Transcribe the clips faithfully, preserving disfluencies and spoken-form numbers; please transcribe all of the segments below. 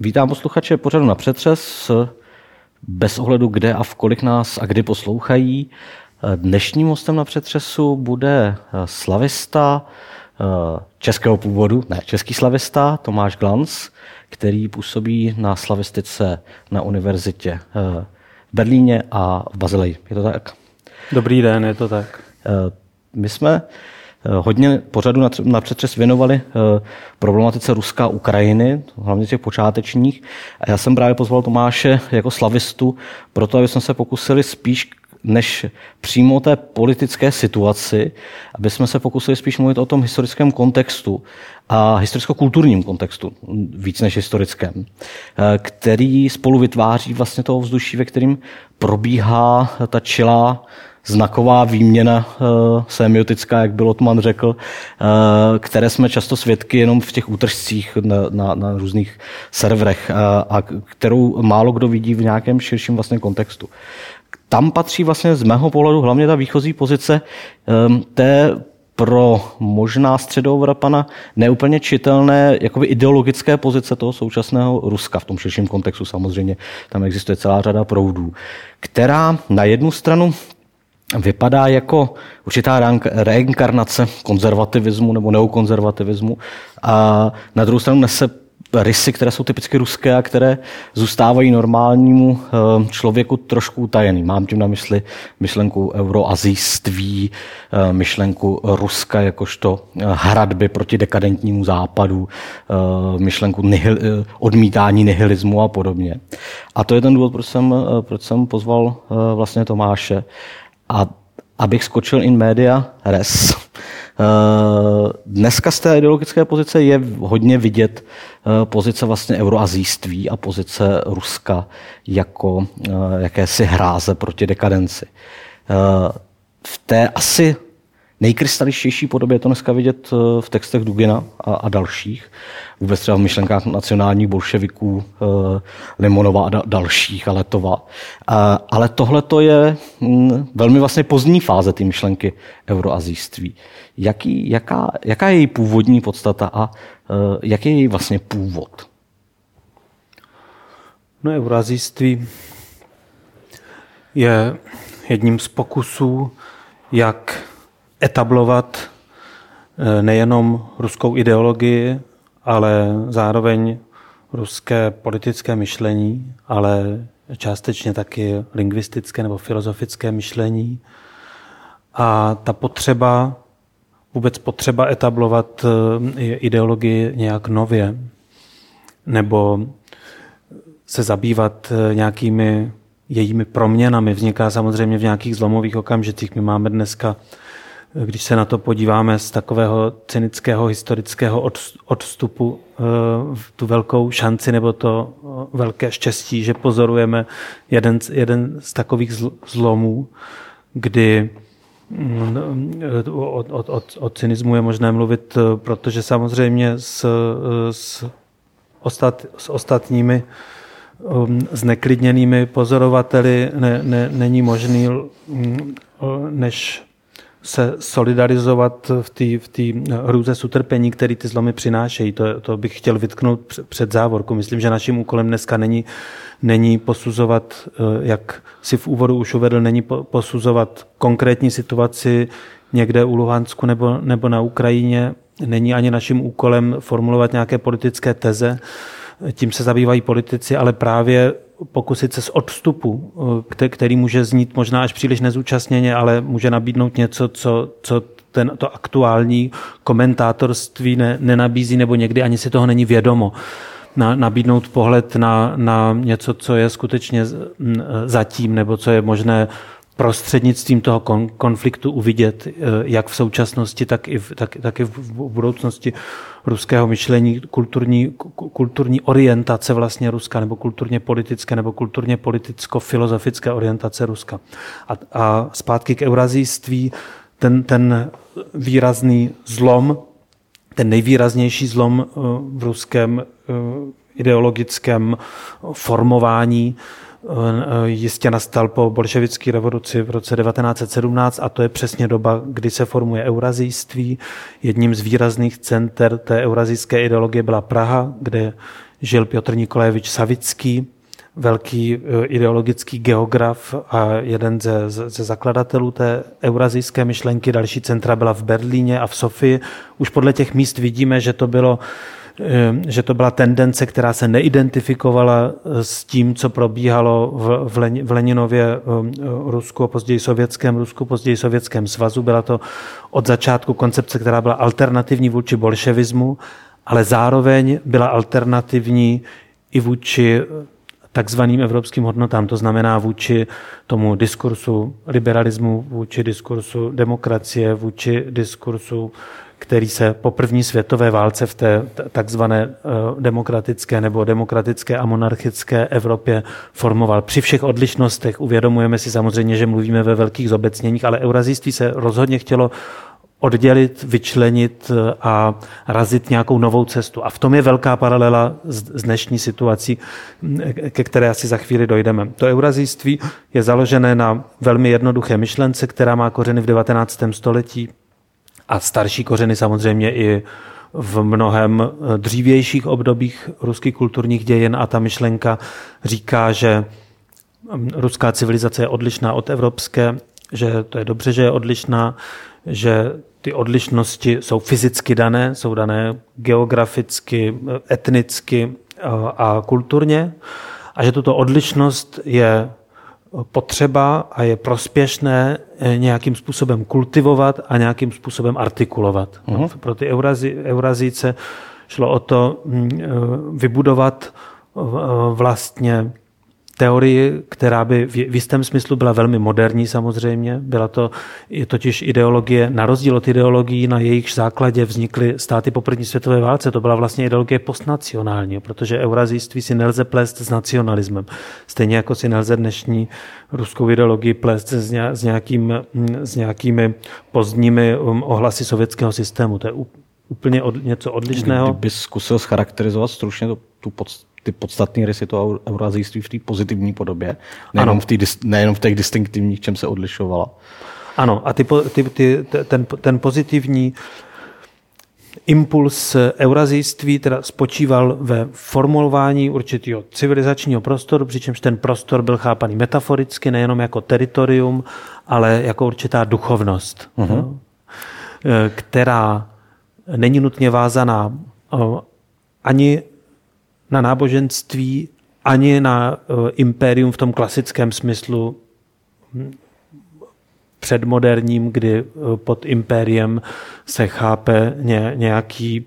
Vítám posluchače pořadu Na přetřes, bez ohledu kde a v kolik nás a kdy poslouchají. Dnešním hostem Na přetřesu bude slavista českého původu, ne, český slavista Tomáš Glanz, který působí na slavistice na univerzitě v Berlíně a v Basileji. Je to tak? Dobrý den, je to tak. My jsme hodně pořadu na přetřes věnovali problematice Ruska a Ukrajiny, hlavně těch počátečních. A já jsem právě pozval Tomáše jako slavistu, proto aby jsme se pokusili spíš než přímo o té politické situaci, aby jsme se pokusili spíš mluvit o tom historickém kontextu a historicko-kulturním kontextu, víc než historickém, který spolu vytváří vlastně toho vzduší, ve kterým probíhá ta čilá znaková výměna uh, semiotická, jak Bilotman řekl, uh, které jsme často svědky jenom v těch útržcích na, na, na různých serverech uh, a kterou málo kdo vidí v nějakém širším vlastně kontextu. Tam patří vlastně z mého pohledu hlavně ta výchozí pozice um, té pro možná středoevropana neúplně čitelné jakoby ideologické pozice toho současného Ruska v tom širším kontextu. Samozřejmě tam existuje celá řada proudů, která na jednu stranu vypadá jako určitá reinkarnace konzervativismu nebo neokonzervativismu a na druhou stranu nese rysy, které jsou typicky ruské a které zůstávají normálnímu člověku trošku utajený. Mám tím na mysli myšlenku euroazijství, myšlenku Ruska jakožto hradby proti dekadentnímu západu, myšlenku nihil, odmítání nihilismu a podobně. A to je ten důvod, proč jsem, proč jsem pozval vlastně Tomáše. A abych skočil in media res. Dneska z té ideologické pozice je hodně vidět pozice vlastně euroazijství a pozice Ruska jako jakési hráze proti dekadenci. V té asi nejkrystaličtější podobě je to dneska vidět v textech Dugina a, a dalších, vůbec třeba v myšlenkách nacionálních bolševiků, Limonova a da, dalších a Letova. A, ale tohle to je m, velmi vlastně pozdní fáze té myšlenky euroazijství. Jaký, jaká, jaká je její původní podstata a uh, jaký je její vlastně původ? No, euroazijství je jedním z pokusů, jak etablovat nejenom ruskou ideologii, ale zároveň ruské politické myšlení, ale částečně taky lingvistické nebo filozofické myšlení. A ta potřeba, vůbec potřeba etablovat ideologii nějak nově, nebo se zabývat nějakými jejími proměnami, vzniká samozřejmě v nějakých zlomových okamžicích. My máme dneska, když se na to podíváme z takového cynického historického odstupu, tu velkou šanci nebo to velké štěstí, že pozorujeme jeden, jeden z takových zlomů, kdy o, o, o, o cynismu je možné mluvit, protože samozřejmě s, s, ostat, s ostatními zneklidněnými pozorovateli ne, ne, není možný než se solidarizovat v té v té hrůze z utrpení, který ty zlomy přinášejí. To, to bych chtěl vytknout před závorku. Myslím, že naším úkolem dneska není, není posuzovat, jak si v úvodu už uvedl, není posuzovat konkrétní situaci někde u Luhansku nebo, nebo na Ukrajině. Není ani naším úkolem formulovat nějaké politické teze, tím se zabývají politici, ale právě pokusit se z odstupu, který může znít možná až příliš nezúčastněně, ale může nabídnout něco, co, co ten, to aktuální komentátorství ne, nenabízí, nebo někdy ani si toho není vědomo. Na, nabídnout pohled na, na něco, co je skutečně zatím, nebo co je možné prostřednictvím toho kon, konfliktu uvidět, jak v současnosti, tak i v, tak, tak i v budoucnosti ruského myšlení, kulturní, kulturní orientace vlastně Ruska, nebo kulturně politické, nebo kulturně politicko-filozofické orientace Ruska. A, a zpátky k eurazijství, ten, ten výrazný zlom, ten nejvýraznější zlom v ruském ideologickém formování jistě nastal po bolševické revoluci v roce devatenáct set sedmnáct a to je přesně doba, kdy se formuje eurazijství. Jedním z výrazných center té eurazijské ideologie byla Praha, kde žil Piotr Nikolajevič Savický, velký ideologický geograf a jeden ze, ze zakladatelů té eurazijské myšlenky. Další centra byla v Berlíně a v Sofii. Už podle těch míst vidíme, že to bylo že to byla tendence, která se neidentifikovala s tím, co probíhalo v, v, Len, v Leninově Rusku a později sovětském Rusku, později sovětském svazu. Byla to od začátku koncepce, která byla alternativní vůči bolševismu, ale zároveň byla alternativní i vůči takzvaným evropským hodnotám, to znamená vůči tomu diskursu liberalismu, vůči diskursu demokracie, vůči diskursu, který se po první světové válce v té takzvané demokratické nebo demokratické a monarchické Evropě formoval. Při všech odlišnostech uvědomujeme si samozřejmě, že mluvíme ve velkých zobecněních, ale eurazijství se rozhodně chtělo oddělit, vyčlenit a razit nějakou novou cestu. A v tom je velká paralela s dnešní situací, ke které asi za chvíli dojdeme. To eurazijství je založené na velmi jednoduché myšlence, která má kořeny v devatenáctém století a starší kořeny samozřejmě i v mnohem dřívějších obdobích ruských kulturních dějin, a ta myšlenka říká, že ruská civilizace je odlišná od evropské, že to je dobře, že je odlišná, že ty odlišnosti jsou fyzicky dané, jsou dané geograficky, etnicky a kulturně, a že tuto odlišnost je potřeba a je prospěšné nějakým způsobem kultivovat a nějakým způsobem artikulovat. Uh-huh. Pro ty Eurazí, Eurazíce šlo o to vybudovat vlastně teorii, která by v jistém smyslu byla velmi moderní samozřejmě. Byla to je totiž ideologie, na rozdíl od ideologií, na jejichž základě vznikly státy po první světové válce. To byla vlastně ideologie postnacionální, protože eurazijství si nelze plést s nacionalismem. Stejně jako si nelze dnešní ruskou ideologii plést s, nějakým, s nějakými pozdními ohlasy sovětského systému. To je úplně od, něco odlišného. Kdybys zkusil charakterizovat stručně tu, tu podstatu, ty podstatné rysy toho eurazijství v té pozitivní podobě, nejenom v, tý, nejenom v těch distinktivních, čem se odlišovala. Ano, a ty, ty, ty, ten, ten pozitivní impuls eurazijství teda spočíval ve formulování určitého civilizačního prostoru, přičemž ten prostor byl chápaný metaforicky, nejenom jako teritorium, ale jako určitá duchovnost, uh-huh. která není nutně vázaná ani na náboženství, ani na impérium v tom klasickém smyslu předmoderním, kdy pod impériem se chápe nějaký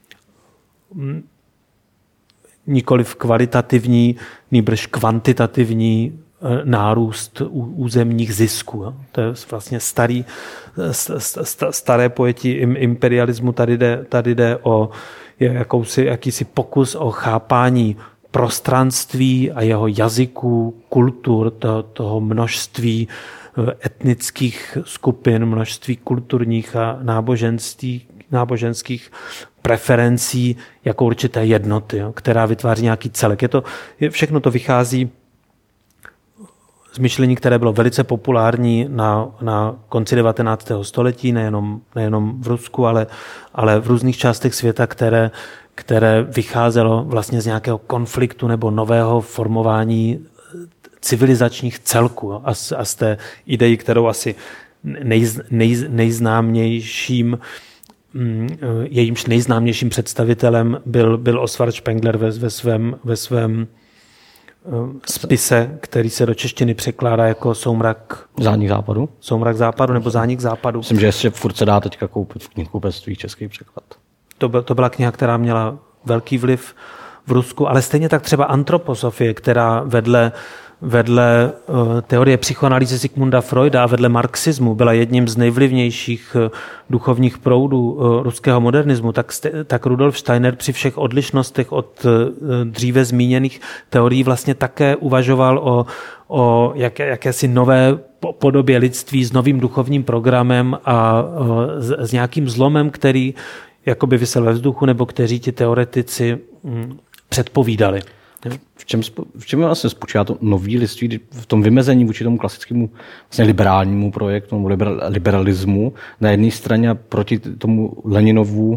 nikoliv kvalitativní, nýbrž kvantitativní nárůst územních zisků. To je vlastně starý, staré pojetí imperialismu. Tady jde, tady jde o jakousi, jakýsi pokus o chápání prostranství a jeho jazyků, kultur, to, toho množství etnických skupin, množství kulturních a náboženství, náboženských preferencí jako určité jednoty, jo, která vytváří nějaký celek. Je to, je, všechno to vychází z myšlení, které bylo velice populární na, na konci devatenáctého století, nejenom, nejenom v Rusku, ale, ale v různých částech světa, které, které vycházelo vlastně z nějakého konfliktu nebo nového formování civilizačních celků. A z, a z té idei, kterou asi nejz, nejz, nejznámějším, jejímž nejznámějším představitelem byl, byl Oswald Spengler ve, ve svém, ve svém spise, který se do češtiny překládá jako Soumrak Zánik západu. Soumrak západu nebo Zánik západu. Myslím, že ještě furt se dá teďka koupit v knihkupectví český překlad. To, byl, to byla kniha, která měla velký vliv v Rusku, ale stejně tak třeba antroposofie, která vedle vedle teorie psychoanalýzy Sigmunda Freuda a vedle marxismu byla jedním z nejvlivnějších duchovních proudů ruského modernismu, tak, tak Rudolf Steiner při všech odlišnostech od dříve zmíněných teorií vlastně také uvažoval o, o jaké, jakési nové podobě lidství s novým duchovním programem a s, s nějakým zlomem, který jakoby visel ve vzduchu, nebo kteří ti teoretici předpovídali. V čem, v čem vlastně spočívá to nový lidství v tom vymezení vůči tomu klasickému vlastně liberálnímu projektu, liberalismu na jedné straně a proti tomu Leninovu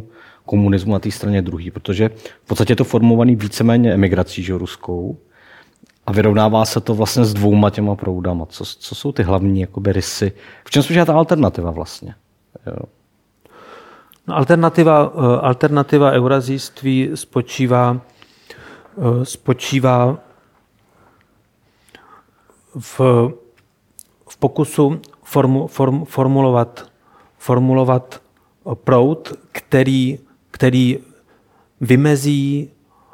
komunismu na té straně druhý, protože v podstatě je to formovaný víceméně emigrací, že, ruskou, a vyrovnává se to vlastně s dvouma těma proudama. Co, co jsou ty hlavní jakoby rysy? V čem spočívá ta alternativa vlastně? Jo. No, alternativa, alternativa eurazijství spočívá, spočívá v, v pokusu formu, form, formulovat, formulovat proud, který, který vymezí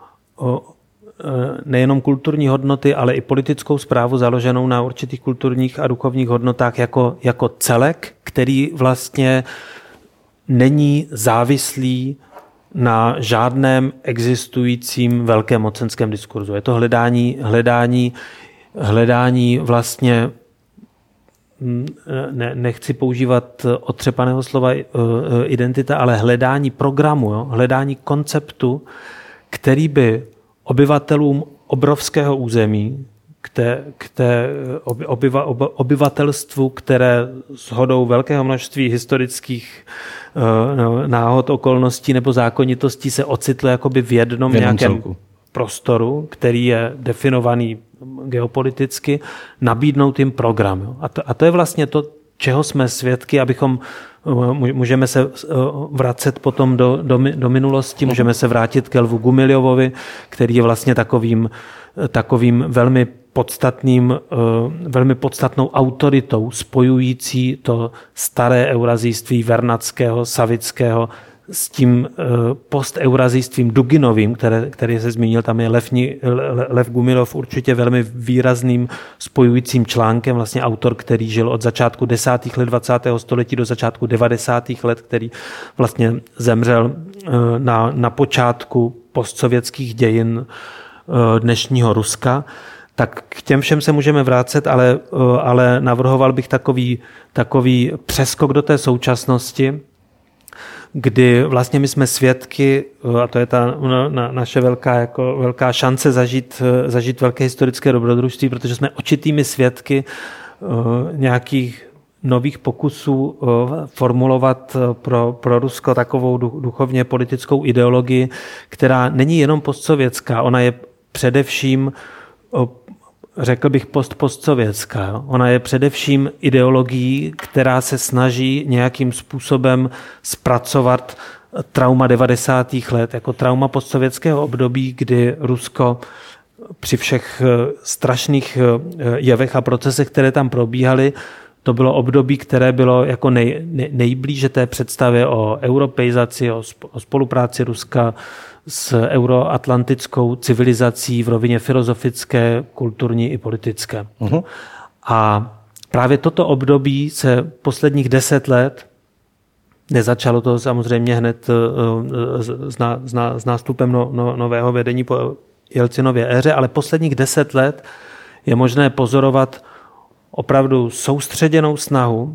nejenom kulturní hodnoty, ale i politickou správu založenou na určitých kulturních a duchovních hodnotách jako, jako celek, který vlastně není závislý na žádném existujícím velkém mocenském diskurzu. Je to hledání, hledání, hledání vlastně, ne, nechci používat otřepaného slova identita, ale hledání programu, jo? Hledání konceptu, který by obyvatelům obrovského území, k té, k té obyva, obyvatelstvu, které shodou velkého množství historických uh, náhod, okolností nebo zákonitostí se ocitlo jakoby v jednom v nějakém celku. Prostoru, který je definovaný geopoliticky, nabídnout jim program. Jo. A, to, a to je vlastně to, čeho jsme svědky, abychom můžeme se vracet potom do, do, do minulosti, můžeme se vrátit ke Lvu Gumiljovovi, který je vlastně takovým, takovým velmi podstatným, velmi podstatnou autoritou spojující to staré eurazijství vernackého, savického s tím posteurazijstvím Duginovým, které, který se zmínil, tam je Lev, Lev Gumiljov určitě velmi výrazným spojujícím článkem, vlastně autor, který žil od začátku desátých let dvacátého století do začátku devadesátých let, který vlastně zemřel na, na počátku postsovětských dějin dnešního Ruska. Tak k těm všem se můžeme vrátit, ale, ale navrhoval bych takový, takový přeskok do té současnosti, kdy vlastně my jsme svědky, a to je ta na, naše velká, jako velká šance zažít, zažít velké historické dobrodružství, protože jsme očitými svědky nějakých nových pokusů formulovat pro, pro Rusko takovou duchovně politickou ideologii, která není jenom postsovětská, ona je především, řekl bych, post-postsovětská. Ona je především ideologií, která se snaží nějakým způsobem zpracovat trauma devadesátých let, jako trauma postsovětského období, kdy Rusko při všech strašných jevech a procesech, které tam probíhaly, to bylo období, které bylo jako nej, nej, nejblíže té představě o europeizaci, o, o spolupráci Ruska s euroatlantickou civilizací v rovině filozofické, kulturní i politické. Uh-huh. A právě toto období se posledních deset let, nezačalo to samozřejmě hned s nástupem no, no, nového vedení po Jelcinově éře, ale posledních deset let je možné pozorovat opravdu soustředěnou snahu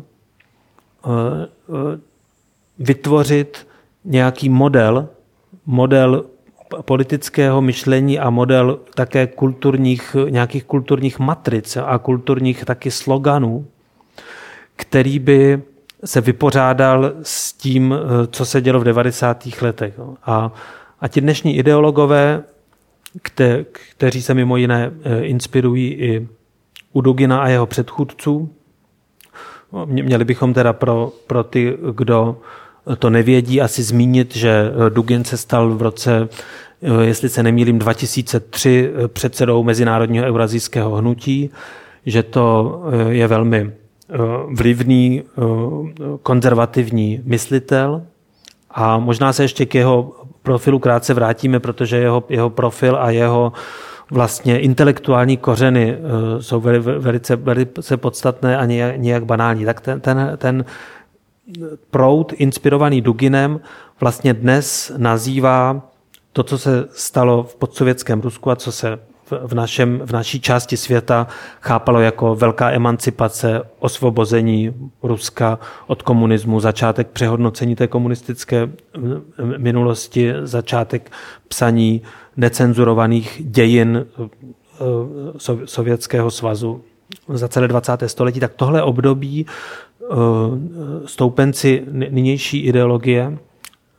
vytvořit nějaký model, model politického myšlení a model také kulturních, nějakých kulturních matric a kulturních taky sloganů, který by se vypořádal s tím, co se dělo v devadesátých letech. A, a ti dnešní ideologové, kte, kteří se mimo jiné inspirují i u Dugina a jeho předchůdců, měli bychom teda pro, pro ty, kdo to nevědí, asi zmínit, že Dugin se stal v roce, jestli se nemýlím, dva tisíce tři předsedou Mezinárodního eurazijského hnutí, že to je velmi vlivný konzervativní myslitel a možná se ještě k jeho profilu krátce vrátíme, protože jeho, jeho profil a jeho vlastně intelektuální kořeny jsou velice, velice podstatné a nějak, nějak banální. Tak ten, ten, ten proud inspirovaný Duginem vlastně dnes nazývá to, co se stalo v podsovětském Rusku a co se v, našem, v naší části světa chápalo jako velká emancipace, osvobození Ruska od komunismu, začátek přehodnocení té komunistické minulosti, začátek psaní necenzurovaných dějin Sovětského svazu za celé dvacáté století. Tak tohle období stoupenci nynější ideologie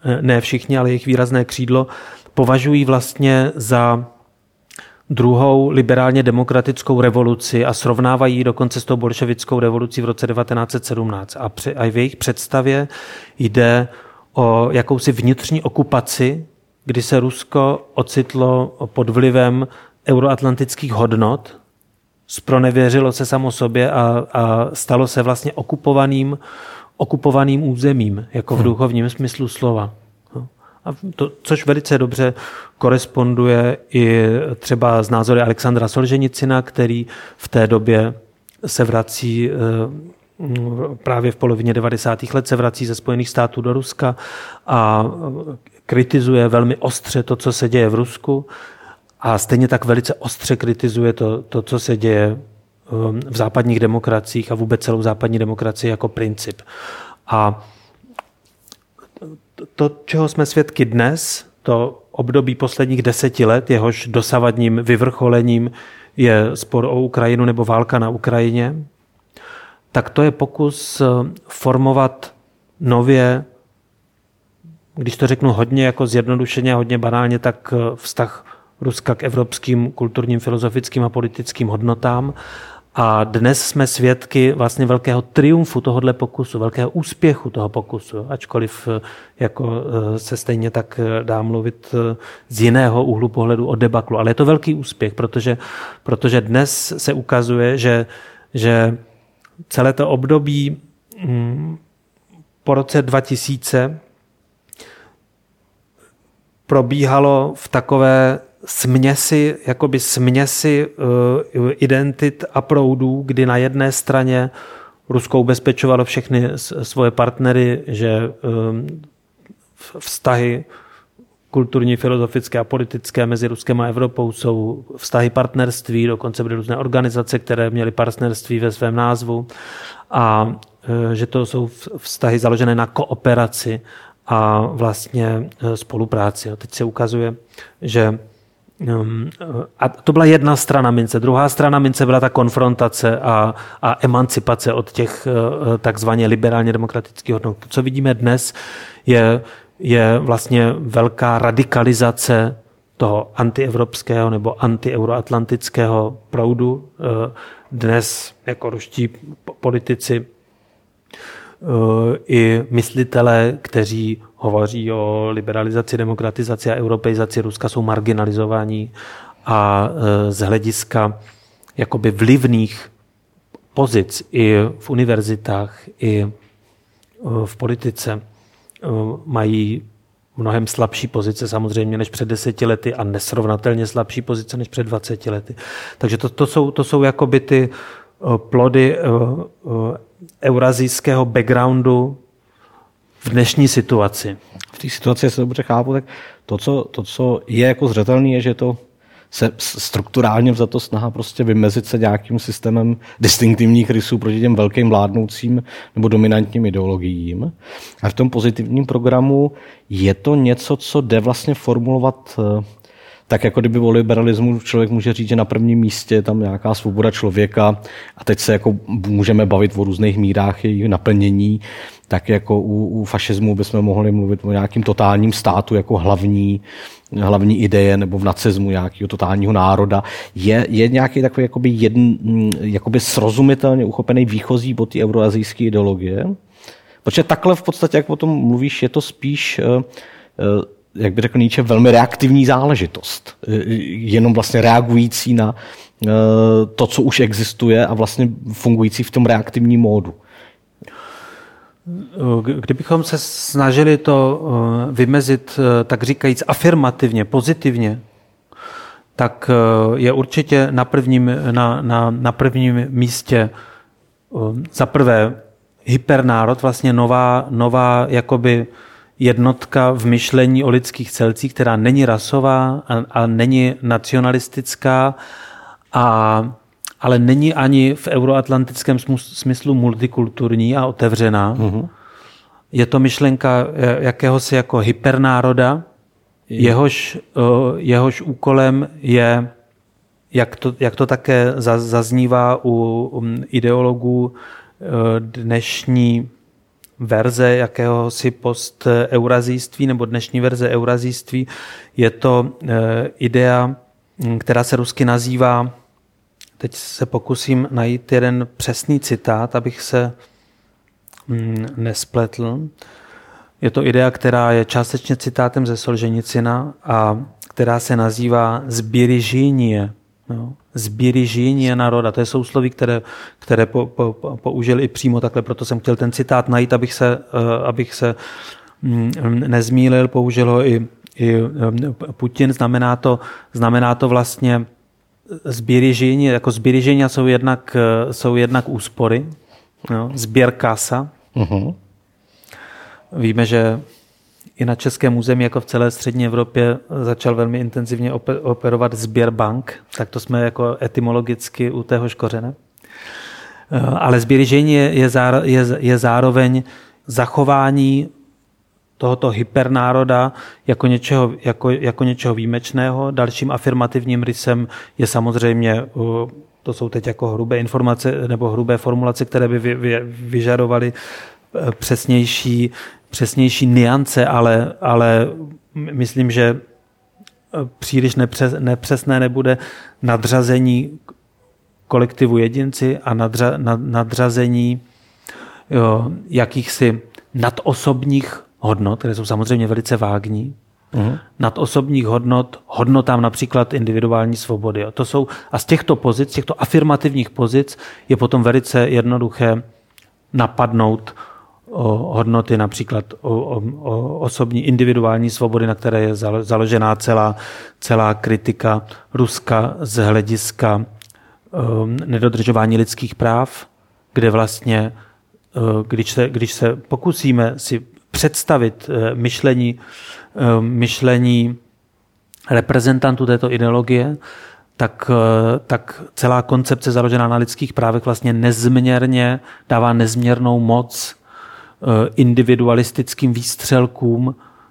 ne všichni, ale jejich výrazné křídlo, považují vlastně za druhou liberálně demokratickou revoluci a srovnávají dokonce s tou bolševickou revolucí v roce devatenáct set sedmnáct. A, při, a v jejich představě jde o jakousi vnitřní okupaci, kdy se Rusko ocitlo pod vlivem euroatlantických hodnot, zpronevěřilo se samo sobě a, a stalo se vlastně okupovaným, okupovaným územím, jako v duchovním smyslu slova. A to, což velice dobře koresponduje i třeba z názory Alexandra Solženicina, který v té době se vrací právě v polovině devadesátých let se vrací ze Spojených států do Ruska a kritizuje velmi ostře to, co se děje v Rusku, a stejně tak velice ostře kritizuje to, to co se děje v západních demokraciích a vůbec celou západní demokracii jako princip. A to, čeho jsme svědky dnes, to období posledních deseti let, jehož dosavadním vyvrcholením je spor o Ukrajinu nebo válka na Ukrajině, tak to je pokus formovat nově, když to řeknu hodně jako zjednodušeně a hodně banálně, tak vztah Ruska k evropským kulturním, filozofickým a politickým hodnotám. A dnes jsme svědky vlastně velkého triumfu tohohle pokusu, velkého úspěchu toho pokusu, ačkoliv jako se stejně tak dá mluvit z jiného úhlu pohledu o debaklu. Ale je to velký úspěch, protože, protože dnes se ukazuje, že, že celé to období po roce dva tisíce probíhalo v takové směsi, jakoby směsi uh, identit a proudů, kdy na jedné straně Rusko ubezpečovalo všechny svoje partnery, že um, vztahy kulturní, filozofické a politické mezi Ruskem a Evropou jsou vztahy partnerství, dokonce byly různé organizace, které měly partnerství ve svém názvu, a uh, že to jsou vztahy založené na kooperaci a vlastně spolupráci. A teď se ukazuje, že a to byla jedna strana mince. Druhá strana mince byla ta konfrontace a, a emancipace od těch takzvaně liberálně demokratických hodnot. Co vidíme dnes, je, je vlastně velká radikalizace toho antievropského nebo antieuroatlantického proudu. Dnes jako ruští politici i myslitelé, kteří hovoří o liberalizaci, demokratizaci a europeizaci Ruska, jsou marginalizováni a z hlediska jakoby vlivných pozic i v univerzitách, i v politice mají mnohem slabší pozice samozřejmě než před deseti lety a nesrovnatelně slabší pozice než před dvaceti lety. Takže to, to jsou, to jsou jakoby ty plody eurazijského backgroundu v dnešní situaci. V té situaci, jestli to dobře chápu, tak to, co, to, co je jako zřetelné, je, že to se strukturálně vzato snaha prostě vymezit se nějakým systémem distinktivních rysů proti těm velkým vládnoucím nebo dominantním ideologiím. A v tom pozitivním programu je to něco, co jde vlastně formulovat tak, jako kdyby o liberalismu člověk může říct, že na prvním místě je tam nějaká svoboda člověka a teď se jako můžeme bavit o různých mírách jejich naplnění, tak jako u, u fašismu bychom mohli mluvit o nějakým totálním státu jako hlavní, hlavní ideje, nebo v nacismu nějakého totálního národa. Je, je nějaký takový jakoby, jedn, jakoby srozumitelně uchopený výchozí bod té euroazijské ideologie? Protože takhle v podstatě, jak o tom mluvíš, je to spíš uh, uh, jak by řekl Nietzsche, velmi reaktivní záležitost. Jenom vlastně reagující na to, co už existuje a vlastně fungující v tom reaktivním módu. Kdybychom se snažili to vymezit, tak říkajíc, afirmativně, pozitivně, tak je určitě na prvním, na, na, na prvním místě za prvé hypernárod, vlastně nová, nová jakoby jednotka v myšlení o lidských celcích, která není rasová a, a není nacionalistická, a, ale není ani v euroatlantickém smyslu multikulturní a otevřená. Mm-hmm. Je to myšlenka jakéhosi jako hypernároda, jehož, jehož úkolem je, jak to, jak to také zaznívá u ideologů dnešní verze jakéhosi post-eurazijství nebo dnešní verze eurazijství. Je to idea, která se rusky nazývá, teď se pokusím najít jeden přesný citát, abych se nespletl. Je to idea, která je částečně citátem ze Solženicina a která se nazývá zběrižínie. No, zběrižínie národa. To je sousloví, které, které po, po, použil i přímo takhle, proto jsem chtěl ten citát najít, abych se, abych se nezmýlil. Použil ho i, i Putin. Znamená to, znamená to vlastně zběrižíní, jako zběrižíní jsou jednak, jsou jednak úspory, no, sběr kasa. Uh-huh. Víme, že i na českém území, jako v celé střední Evropě, začal velmi intenzivně operovat sběr bank, tak to jsme jako etymologicky u téhož kořene. Ale zběrižení je, je, je, je zároveň zachování tohoto hypernároda jako něčeho, jako, jako něčeho výjimečného. Dalším afirmativním rysem je samozřejmě, to jsou teď jako hrubé informace nebo hrubé formulace, které by vy, vy, vyžadovaly přesnější, přesnější niance, ale, ale myslím, že příliš nepřes, nepřesné nebude nadřazení kolektivu jedinci a nadřa, nad, nadřazení jo, jakýchsi nadosobních hodnot, které jsou samozřejmě velice vágní, uh-huh. nadosobních hodnot, hodnotám například individuální svobody. To jsou, a z těchto pozic, z těchto afirmativních pozic je potom velice jednoduché napadnout o hodnoty například o, o, o osobní individuální svobody, na které je založená celá, celá kritika Ruska z hlediska um, nedodržování lidských práv, kde vlastně, uh, když se, když se pokusíme si představit uh, myšlení, uh, myšlení reprezentantů této ideologie, tak, uh, tak celá koncepce založená na lidských právech vlastně nezměrně dává nezměrnou moc individualistickým výstřelkům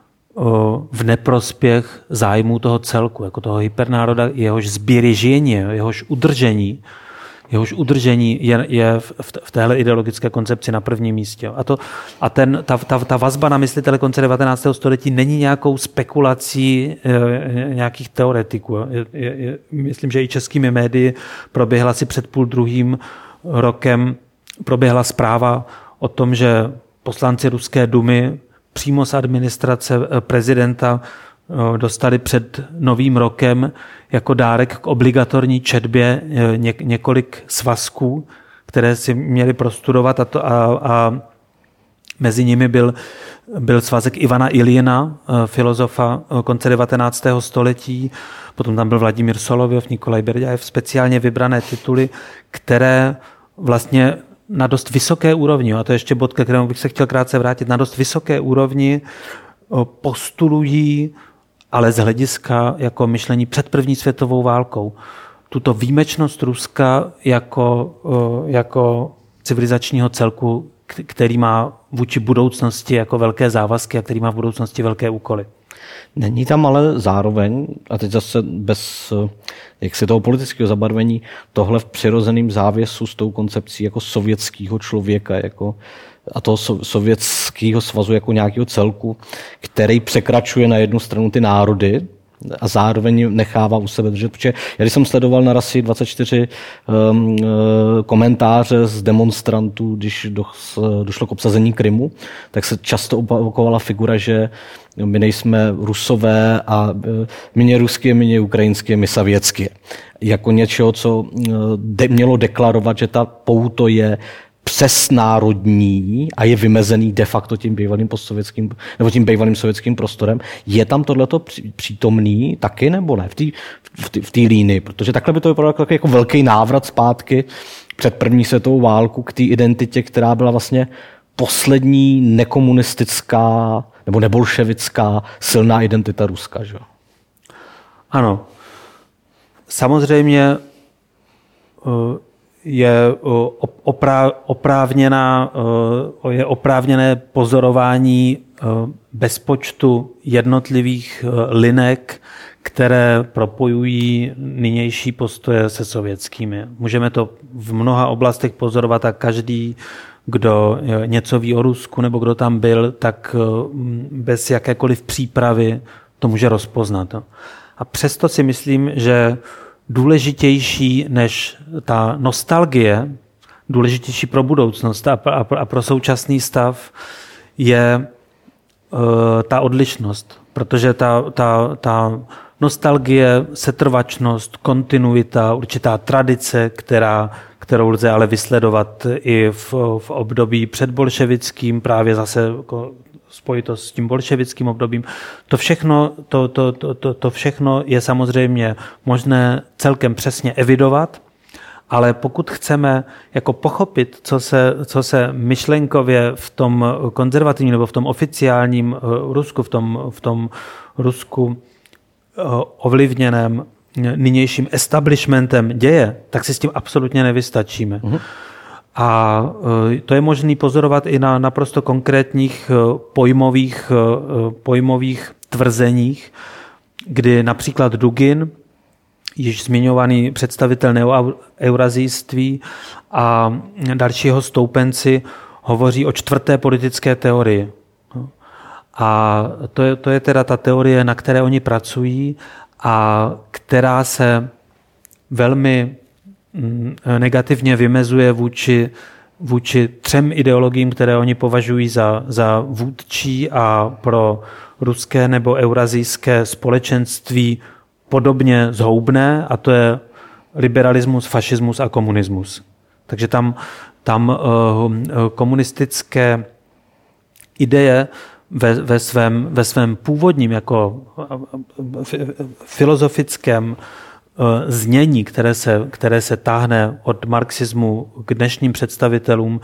v neprospěch zájmu toho celku, jako toho hypernároda, jehož zběrižení, jehož udržení, jehož udržení je, je v, v téhle ideologické koncepci na prvním místě. A, to, a ten, ta, ta, ta vazba na myslitele konce devatenáctého století není nějakou spekulací e, nějakých teoretiků. Je, je, je, myslím, že i českými médii proběhla si před půl druhým rokem proběhla zpráva o tom, že poslanci Ruské dumy přímo z administrace prezidenta dostali před novým rokem jako dárek k obligatorní četbě několik svazků, které si měli prostudovat a, to, a, a mezi nimi byl, byl svazek Ivana Iljina, filozofa konce devatenáctého století, potom tam byl Vladimír Solověv, Nikolaj Berďajev, speciálně vybrané tituly, které vlastně na dost vysoké úrovni, a to je ještě bod, ke kterému bych se chtěl krátce vrátit, na dost vysoké úrovni postulují, ale z hlediska jako myšlení před první světovou válkou, tuto výjimečnost Ruska jako, jako civilizačního celku, který má vůči budoucnosti jako velké závazky a který má v budoucnosti velké úkoly. Není tam ale zároveň, a teď zase bez jaksi toho politického zabarvení, tohle v přirozeném závěsu s tou koncepcí jako sovětského člověka, jako, a toho sovětského svazu jako nějakého celku, který překračuje na jednu stranu ty národy a zároveň nechává u sebe držet. Protože já když jsem sledoval na Rasii dvacet čtyři um, komentáře z demonstrantů, když došlo k obsazení Krymu, tak se často opakovala figura, že my nejsme Rusové a my ruské, my ukrajinské, my sovětské. Jako něčeho, co de, mělo deklarovat, že ta pouto je přesnárodní a je vymezený de facto tím bývalým postsovětským, nebo tím bývalým sovětským prostorem. Je tam tohleto přítomný taky, nebo ne? V té línii, protože takhle by to vypadalo jako, jako velký návrat zpátky před první světovou válku k té identitě, která byla vlastně poslední nekomunistická nebo nebolševická silná identita Ruska. Že? Ano. Samozřejmě je oprávněná, je oprávněné pozorování bezpočtu jednotlivých linek, které propojují nynější postoje se sovětskými. Můžeme to v mnoha oblastech pozorovat a každý kdo něco ví o Rusku nebo kdo tam byl, tak bez jakékoliv přípravy to může rozpoznat. A přesto si myslím, že důležitější než ta nostalgie, důležitější pro budoucnost a pro současný stav je ta odlišnost. Protože ta, ta, ta nostalgie, setrvačnost, kontinuita, určitá tradice, která, kterou lze ale vysledovat i v, v období předbolševickým, právě zase jako spojitost s tím bolševickým obdobím. To všechno, to, to, to, to, to všechno je samozřejmě možné celkem přesně evidovat, ale pokud chceme jako pochopit, co se, co se myšlenkově v tom konzervativním nebo v tom oficiálním Rusku, v tom, v tom Rusku ovlivněném nynějším establishmentem děje, tak si s tím absolutně nevystačíme. Uh-huh. A to je možné pozorovat i na naprosto konkrétních pojmových, pojmových tvrzeních, kdy například Dugin, již zmiňovaný představitel neoeurazijství a další jeho stoupenci hovoří o čtvrté politické teorii. A to je, to je teda ta teorie, na které oni pracují a která se velmi negativně vymezuje vůči, vůči třem ideologiím, které oni považují za, za vůdčí a pro ruské nebo eurazijské společenství podobně zhoubné, a to je liberalismus, fašismus a komunismus. Takže tam, tam uh, komunistické ideje ve, ve, svém, ve svém původním jako filozofickém znění, které se, které se táhne od marxismu k dnešním představitelům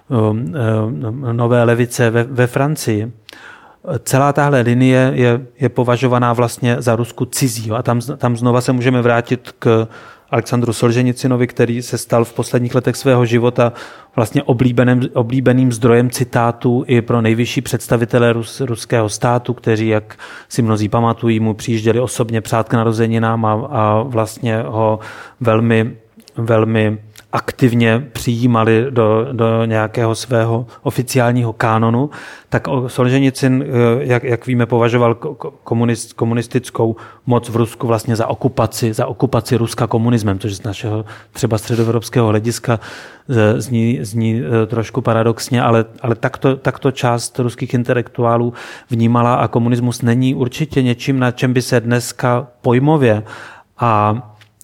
nové levice ve, ve Francii. Celá tahle linie je, je považovaná vlastně za Rusku cizí. A tam, tam znova se můžeme vrátit k Alexandru Solženicinovi, který se stal v posledních letech svého života vlastně oblíbeným, oblíbeným zdrojem citátů i pro nejvyšší představitele Rus, ruského státu, kteří, jak si mnozí pamatují, mu přijížděli osobně přát k narozeninám a, a vlastně ho velmi, velmi aktivně přijímali do, do nějakého svého oficiálního kánonu, tak Solženicin, jak, jak víme, považoval komunist, komunistickou moc v Rusku vlastně za okupaci, za okupaci Ruska komunismem, což z našeho třeba středoevropského hlediska zní, zní trošku paradoxně, ale, ale takto, takto část ruských intelektuálů vnímala a komunismus není určitě něčím, na čem by se dneska pojmově a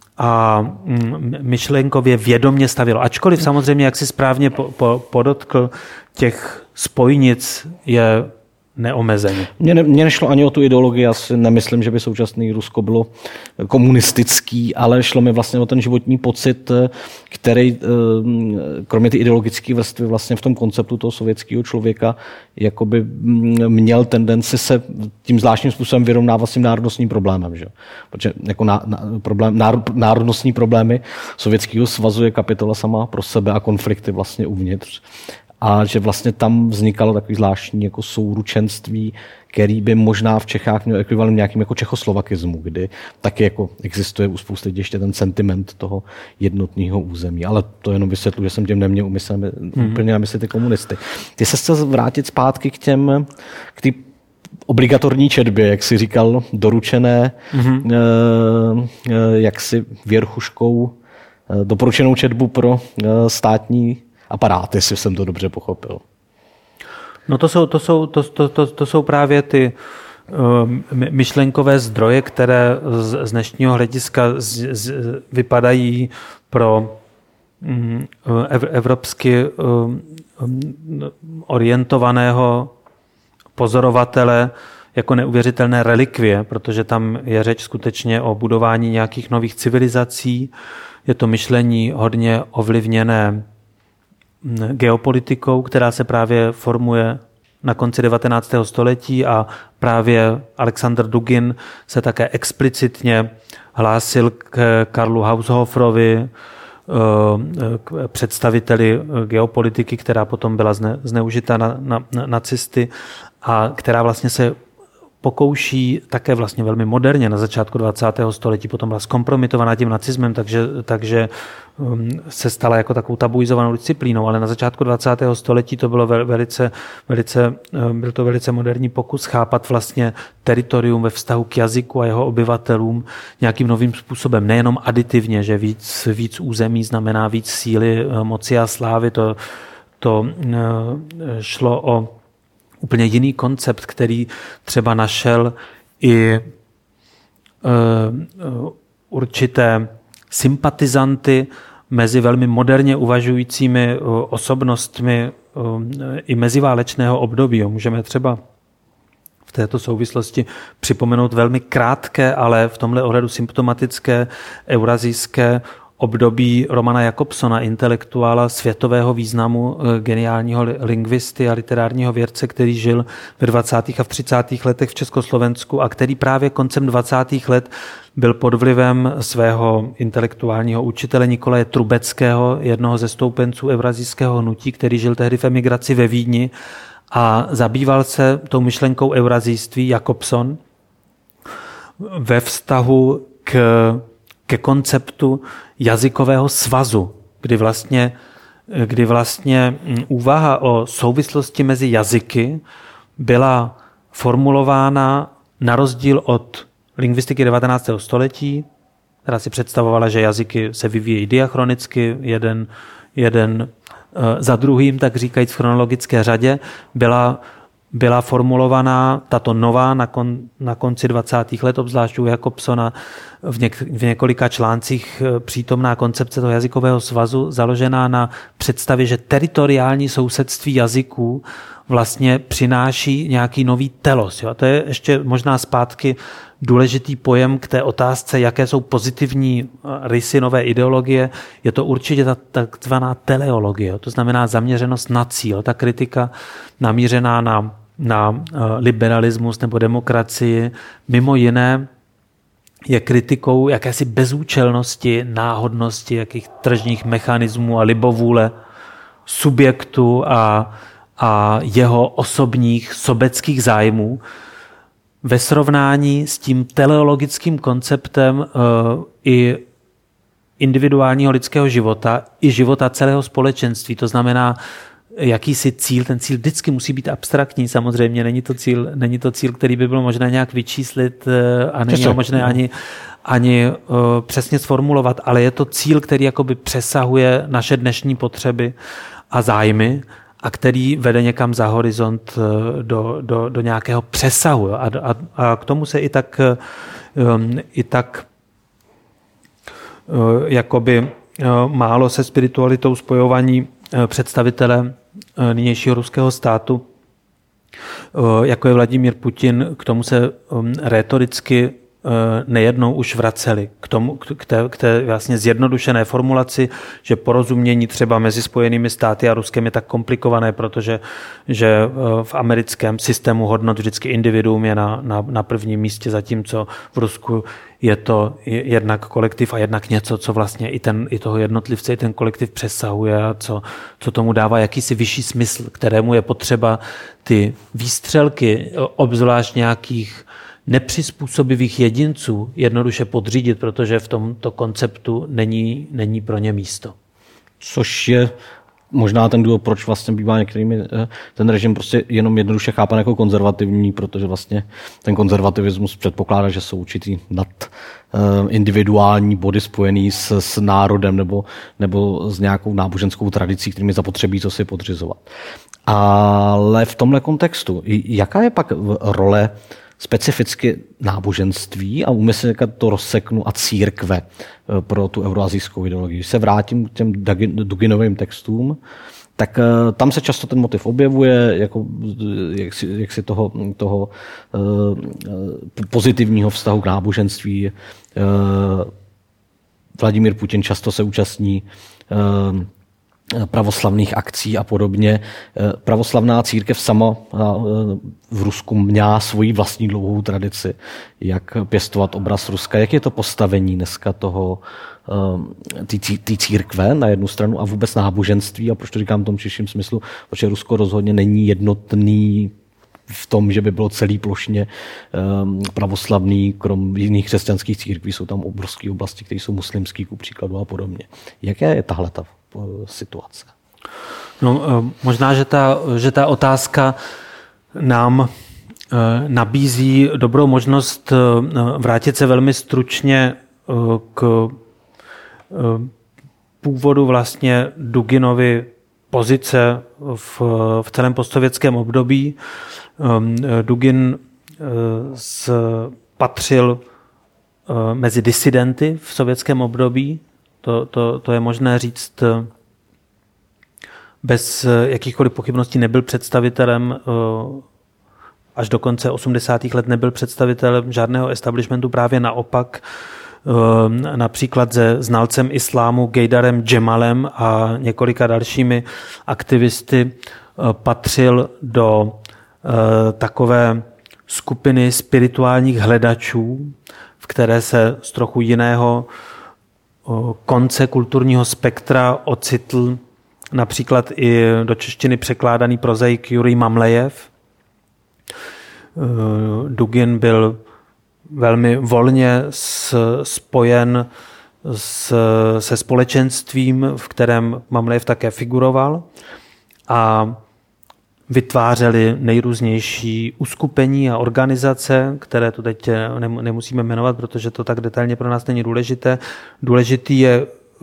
a myšlenkově vědomě stavilo. Ačkoliv samozřejmě, jak si správně po, po, podotkl, těch spojnic je neomezeně. Mně, ne, mně nešlo ani o tu ideologii, já si nemyslím, že by současný Rusko bylo komunistický, ale šlo mi vlastně o ten životní pocit, který kromě té ideologické vrstvy vlastně v tom konceptu toho sovětského člověka jakoby měl tendenci se tím zvláštním způsobem vyrovnávat s tím národnostním problémem. Že? Protože jako ná, ná, problém, národ, národnostní problémy Sovětského svazu je kapitola sama pro sebe a konflikty vlastně uvnitř. A že vlastně tam vznikalo takový zvláštní jako souručenství, který by možná v Čechách měl ekvivalent nějakým jako čechoslovakismu, kdy taky jako existuje u spousty lidí ještě ten sentiment toho jednotného území. Ale to jenom vysvětlu, že jsem těm neměl umyslem, mm-hmm. úplně na mysli ty komunisty. Ty se chtěl vrátit zpátky k těm, k té obligatorní četbě, jak jsi říkal, doručené, mm-hmm. e, e, jaksi věrchuškou e, doporučenou četbu pro e, státní aparát, jestli jsem to dobře pochopil. No to jsou, to jsou, to, to, to, to jsou právě ty uh, myšlenkové zdroje, které z, z dnešního hlediska z, z, vypadají pro um, ev, evropsky um, orientovaného pozorovatele jako neuvěřitelné relikvie, protože tam je řeč skutečně o budování nějakých nových civilizací. Je to myšlení hodně ovlivněné geopolitikou, která se právě formuje na konci devatenáctého století a právě Alexander Dugin se také explicitně hlásil k Karlu Haushoferovi, k představiteli geopolitiky, která potom byla zne, zneužita na, na, na nacisty a která vlastně se pokouší také vlastně velmi moderně na začátku dvacátého století, potom byla zkompromitovaná tím nacismem, takže, takže se stala jako takovou tabuizovanou disciplínou, ale na začátku dvacátého století to bylo velice, velice, byl to velice moderní pokus chápat vlastně teritorium ve vztahu k jazyku a jeho obyvatelům nějakým novým způsobem, nejenom aditivně, že víc, víc území znamená víc síly, moci a slávy, to, to šlo o úplně jiný koncept, který třeba našel i uh, určité sympatizanty mezi velmi moderně uvažujícími uh, osobnostmi uh, i meziválečného období. Můžeme třeba v této souvislosti připomenout velmi krátké, ale v tomhle ohledu symptomatické eurazijské období Romana Jakobsona, intelektuála světového významu, geniálního lingvisty a literárního vědce, který žil ve dvacátých a v třicátých letech v Československu a který právě koncem dvacátých let byl pod vlivem svého intelektuálního učitele Nikolaje Trubeckého, jednoho ze stoupenců eurazijského hnutí, který žil tehdy v emigraci ve Vídni a zabýval se tou myšlenkou eurazijství Jakobson ve vztahu k ke konceptu jazykového svazu, kdy vlastně, kdy vlastně úvaha o souvislosti mezi jazyky byla formulována na rozdíl od lingvistiky devatenáctého století, která si představovala, že jazyky se vyvíjejí diachronicky, jeden, jeden za druhým, tak říkajíc v chronologické řadě, byla byla formulovaná tato nová na, kon, na konci dvacátých let, obzvlášť u Jakobsona v, něk, v několika článcích přítomná koncepce toho jazykového svazu, založená na představě, že teritoriální sousedství jazyků vlastně přináší nějaký nový telos. Jo? A to je ještě možná zpátky důležitý pojem k té otázce, jaké jsou pozitivní rysy nové ideologie. Je to určitě ta takzvaná teleologie, to znamená zaměřenost na cíl. Ta kritika namířená na, na liberalismus nebo demokracii, mimo jiné je kritikou jakési bezúčelnosti, náhodnosti, jakých tržních mechanismů a libovůle subjektu a, a jeho osobních sobeckých zájmů, ve srovnání s tím teleologickým konceptem uh, i individuálního lidského života, i života celého společenství. To znamená, jakýsi cíl, ten cíl vždycky musí být abstraktní, samozřejmě není to cíl, není to cíl, který by bylo možné nějak vyčíslit uh, a není ho možné ani, ani uh, přesně sformulovat, ale je to cíl, který jakoby přesahuje naše dnešní potřeby a zájmy, a který vede někam za horizont do, do, do nějakého přesahu. A, a, a k tomu se i tak, um, i tak uh, jakoby uh, málo se spiritualitou spojovaní uh, představitele uh, nynějšího ruského státu, uh, jako je Vladimír Putin, k tomu se um, rétoricky nejednou už vraceli k tomu, k té, k té vlastně zjednodušené formulaci, že porozumění třeba mezi Spojenými státy a Ruskem je tak komplikované, protože že v americkém systému hodnot vždycky individuum je na, na, na prvním místě, zatímco v Rusku je to jednak kolektiv a jednak něco, co vlastně i, ten, i toho jednotlivce, i ten kolektiv přesahuje a co, co tomu dává jakýsi vyšší smysl, kterému je potřeba ty výstřelky, obzvlášť nějakých nepřizpůsobivých jedinců jednoduše podřídit, protože v tomto konceptu není, není pro ně místo. Což je možná ten důvod, proč vlastně bývá některými ten režim prostě jenom jednoduše chápan jako konzervativní, protože vlastně ten konzervativismus předpokládá, že jsou určitý nad individuální body spojený s, s národem nebo, nebo s nějakou náboženskou tradicí, kterými zapotřebí co si podřizovat. Ale v tomhle kontextu, jaká je pak role specificky náboženství a umyslně to rozseknu a církve pro tu euroazijskou ideologii. Když se vrátím k těm Duginovým textům, tak tam se často ten motiv objevuje, jako, jak, si, jak si toho, toho uh, pozitivního vztahu k náboženství. Uh, Vladimír Putin často se účastní uh, pravoslavných akcí a podobně. Pravoslavná církev sama v Rusku měla svoji vlastní dlouhou tradici, jak pěstovat obraz Ruska. Jak je to postavení dneska toho té církve na jednu stranu a vůbec náboženství, a proč to říkám v tom širším smyslu, protože Rusko rozhodně není jednotný v tom, že by bylo celý plošně um, pravoslavný, krom jiných křesťanských církví, jsou tam obrovské oblasti, které jsou muslimský, ku příkladu a podobně. Jaká je tahle ta uh, situace? No, možná, že ta, že ta otázka nám nabízí dobrou možnost vrátit se velmi stručně k původu vlastně Duginovy pozice v, v celém postsovětském období. Dugin patřil mezi disidenty v sovětském období. To, to, to je možné říct bez jakýchkoliv pochybností. Nebyl představitelem, až do konce osmdesátých let nebyl představitelem žádného establishmentu, právě naopak. Například se znalcem islámu Gejdarem Džemalem a několika dalšími aktivisty patřil do takové skupiny spirituálních hledačů, v které se z trochu jiného konce kulturního spektra ocitl například i do češtiny překládaný prozaik Jurij Mamlejev. Dugin byl velmi volně spojen s, se společenstvím, v kterém Mamlejev také figuroval, a vytvářeli nejrůznější uskupení a organizace, které tu teď nemusíme jmenovat, protože to tak detailně pro nás není důležité. Důležitý je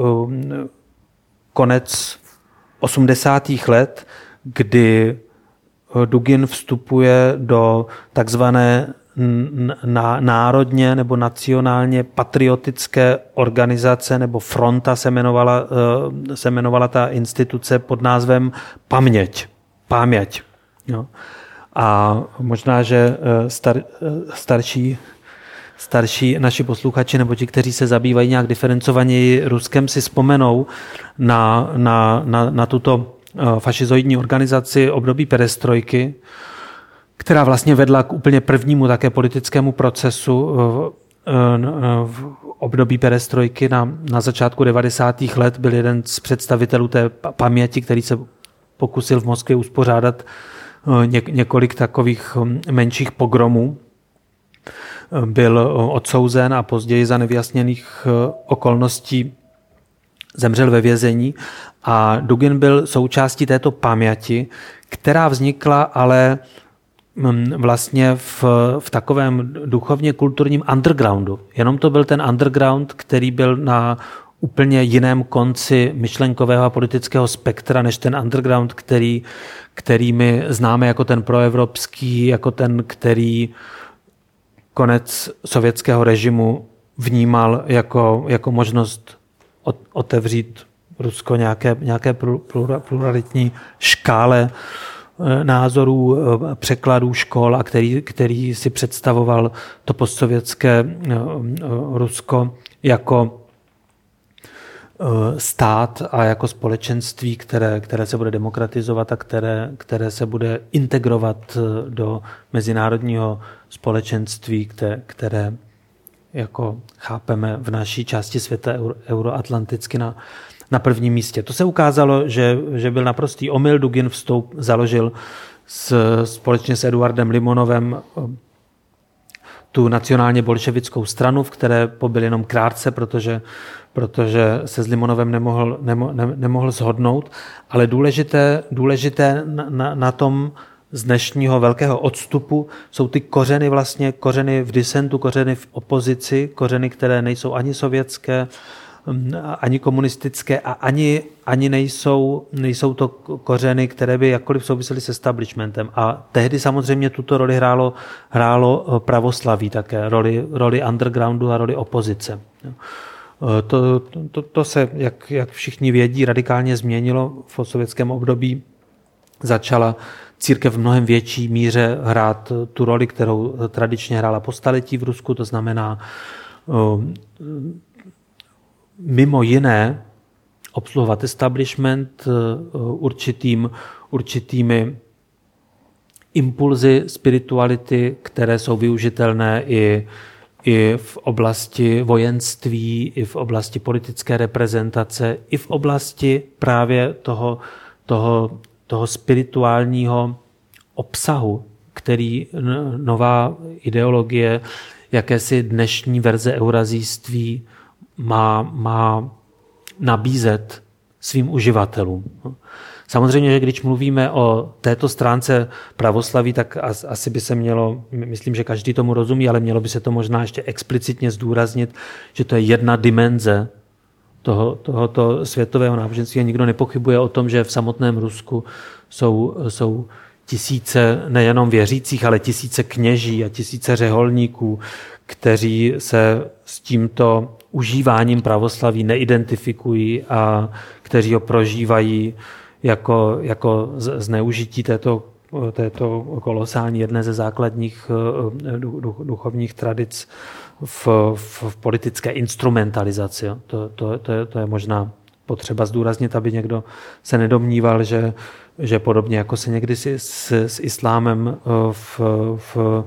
konec osmdesátých let, kdy Dugin vstupuje do takzvané národně nebo nacionálně patriotické organizace, nebo fronta se jmenovala, se jmenovala ta instituce pod názvem Paměť. Paměť. Jo. A možná, že star, starší, starší naši posluchači nebo ti, kteří se zabývají nějak diferencovaněji Ruskem, si vzpomenou na, na, na, na tuto fašizoidní organizaci období perestrojky, která vlastně vedla k úplně prvnímu také politickému procesu v období perestrojky. Na, na začátku devadesátých let byl jeden z představitelů té paměti, který se pokusil v Moskvě uspořádat několik takových menších pogromů. Byl odsouzen a později za nevyjasněných okolností zemřel ve vězení. A Dugin byl součástí této paměti, která vznikla ale vlastně v, v takovém duchovně kulturním undergroundu. Jenom to byl ten underground, který byl na úplně jiném konci myšlenkového a politického spektra, než ten underground, který, který my známe jako ten proevropský, jako ten, který konec sovětského režimu vnímal jako, jako možnost otevřít Rusko nějaké, nějaké pluralitní škále názorů, překladů, škol, a který, který si představoval to postsovětské Rusko jako stát a jako společenství, které, které se bude demokratizovat a které, které se bude integrovat do mezinárodního společenství, které, které jako chápeme v naší části světa euro, euroatlanticky na, na prvním místě. To se ukázalo, že, že byl naprostý omyl. Dugin vstoup založil s, společně s Eduardem Limonovem tu nacionálně bolševickou stranu, v které pobyl jenom krátce, protože, protože se s Limonovem nemohl, nemo, ne, nemohl shodnout. Ale důležité, důležité na, na, na tom z dnešního velkého odstupu jsou ty kořeny, vlastně kořeny v disentu, kořeny v opozici, kořeny, které nejsou ani sovětské, ani komunistické a ani, ani nejsou, nejsou to kořeny, které by jakkoliv souvisely s establishmentem. A tehdy samozřejmě tuto roli hrálo, hrálo pravoslaví také, roli, roli undergroundu a roli opozice. To, to, to se, jak, jak všichni vědí, radikálně změnilo v sovětském období. Začala církev v mnohem větší míře hrát tu roli, kterou tradičně hrála po staletí v Rusku, to znamená mimo jiné obsluhovat establishment určitým, určitými impulzy spirituality, které jsou využitelné i, i v oblasti vojenství, i v oblasti politické reprezentace, i v oblasti právě toho, toho, toho spirituálního obsahu, který nová ideologie, jakési dnešní verze eurazijství má, má nabízet svým uživatelům. Samozřejmě, že když mluvíme o této stránce pravoslaví, tak asi by se mělo, myslím, že každý tomu rozumí, ale mělo by se to možná ještě explicitně zdůraznit, že to je jedna dimenze toho, tohoto světového náboženství a nikdo nepochybuje o tom, že v samotném Rusku jsou, jsou tisíce nejenom věřících, ale tisíce kněží a tisíce řeholníků, kteří se s tímto užíváním pravoslaví neidentifikují a kteří ho prožívají jako, jako zneužití této, této kolosální jedné ze základních duchovních tradic v, v, v politické instrumentalizaci. To, to, to, je, to je možná potřeba zdůraznit, aby někdo se nedomníval, že, že podobně jako se někdy s, s, s islámem v, v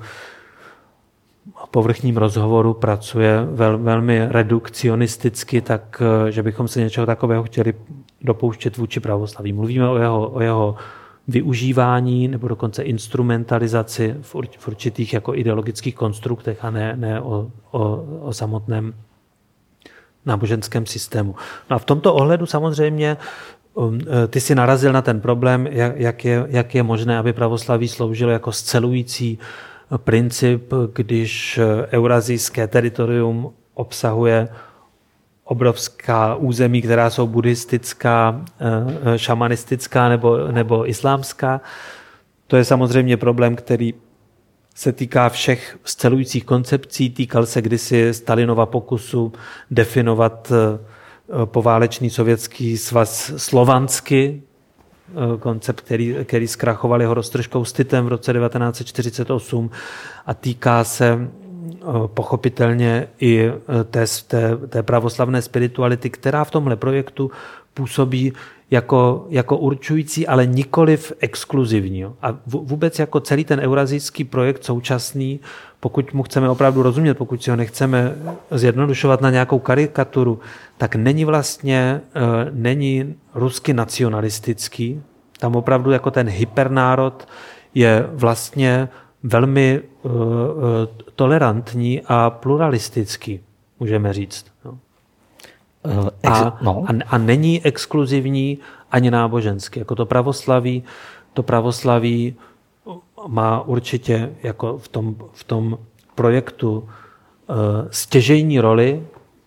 povrchním rozhovoru pracuje vel, velmi redukcionisticky, tak že bychom se něčeho takového chtěli dopouštět vůči pravoslaví. Mluvíme o jeho, o jeho využívání nebo dokonce instrumentalizaci v, ur, v určitých jako ideologických konstruktech a ne, ne o, o, o samotném náboženském systému. No a v tomto ohledu samozřejmě ty si narazil na ten problém, jak je, jak je možné, aby pravoslaví sloužilo jako scelující princip, když eurazijské teritorium obsahuje obrovská území, která jsou buddhistická, šamanistická nebo, nebo islámská. To je samozřejmě problém, který se týká všech scelujících koncepcí. Týkal se kdysi Stalinova pokusu definovat poválečný sovětský svaz slovansky, koncept, který, který zkrachoval jeho roztržkou s Titem v roce devatenáct set čtyřicet osm a týká se pochopitelně i té, té, té pravoslavné spirituality, která v tomhle projektu působí jako, jako určující, ale nikoliv exkluzivní. A vůbec jako celý ten eurazijský projekt současný, pokud mu chceme opravdu rozumět, pokud si ho nechceme zjednodušovat na nějakou karikaturu, tak není vlastně, není rusky nacionalistický. Tam opravdu jako ten hypernárod je vlastně velmi uh, tolerantní a pluralistický, můžeme říct. No. Uh, ex- a, no. a, a není exkluzivní ani náboženský. Jako to pravoslaví, to pravoslaví má určitě jako v tom, v tom projektu uh, stěžejní roli,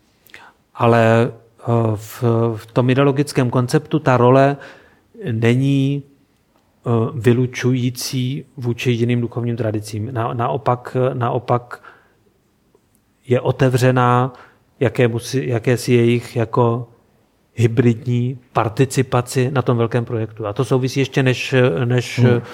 ale uh, v, v tom ideologickém konceptu ta role není vylučující vůči jiným duchovním tradicím. Na, naopak, naopak je otevřená jakési, jakési jejich jako hybridní participaci na tom velkém projektu. A to souvisí ještě, než, než hmm.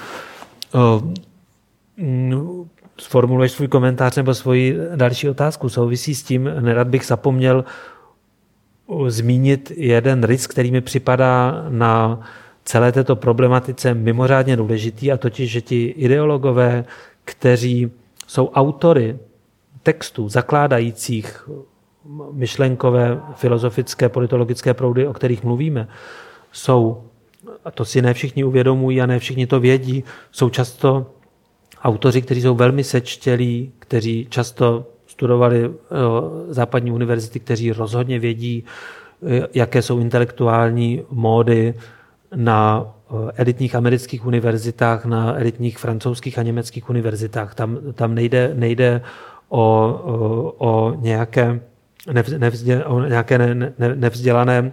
uh, sformuluješ svůj komentář nebo svoji další otázku. Souvisí s tím, nerad bych zapomněl zmínit jeden rys, který mi připadá na celé této problematice mimořádně důležitý, a totiž, že ti ideologové, kteří jsou autory textů zakládajících myšlenkové, filozofické, politologické proudy, o kterých mluvíme, jsou, a to si ne všichni uvědomují a ne všichni to vědí, jsou často autoři, kteří jsou velmi sečtělí, kteří často studovali západní univerzity, kteří rozhodně vědí, jaké jsou intelektuální módy na elitních amerických univerzitách, na elitních francouzských a německých univerzitách. Tam, tam nejde, nejde o, o, o nějaké, nevzdě, o nějaké ne, ne, nevzdělané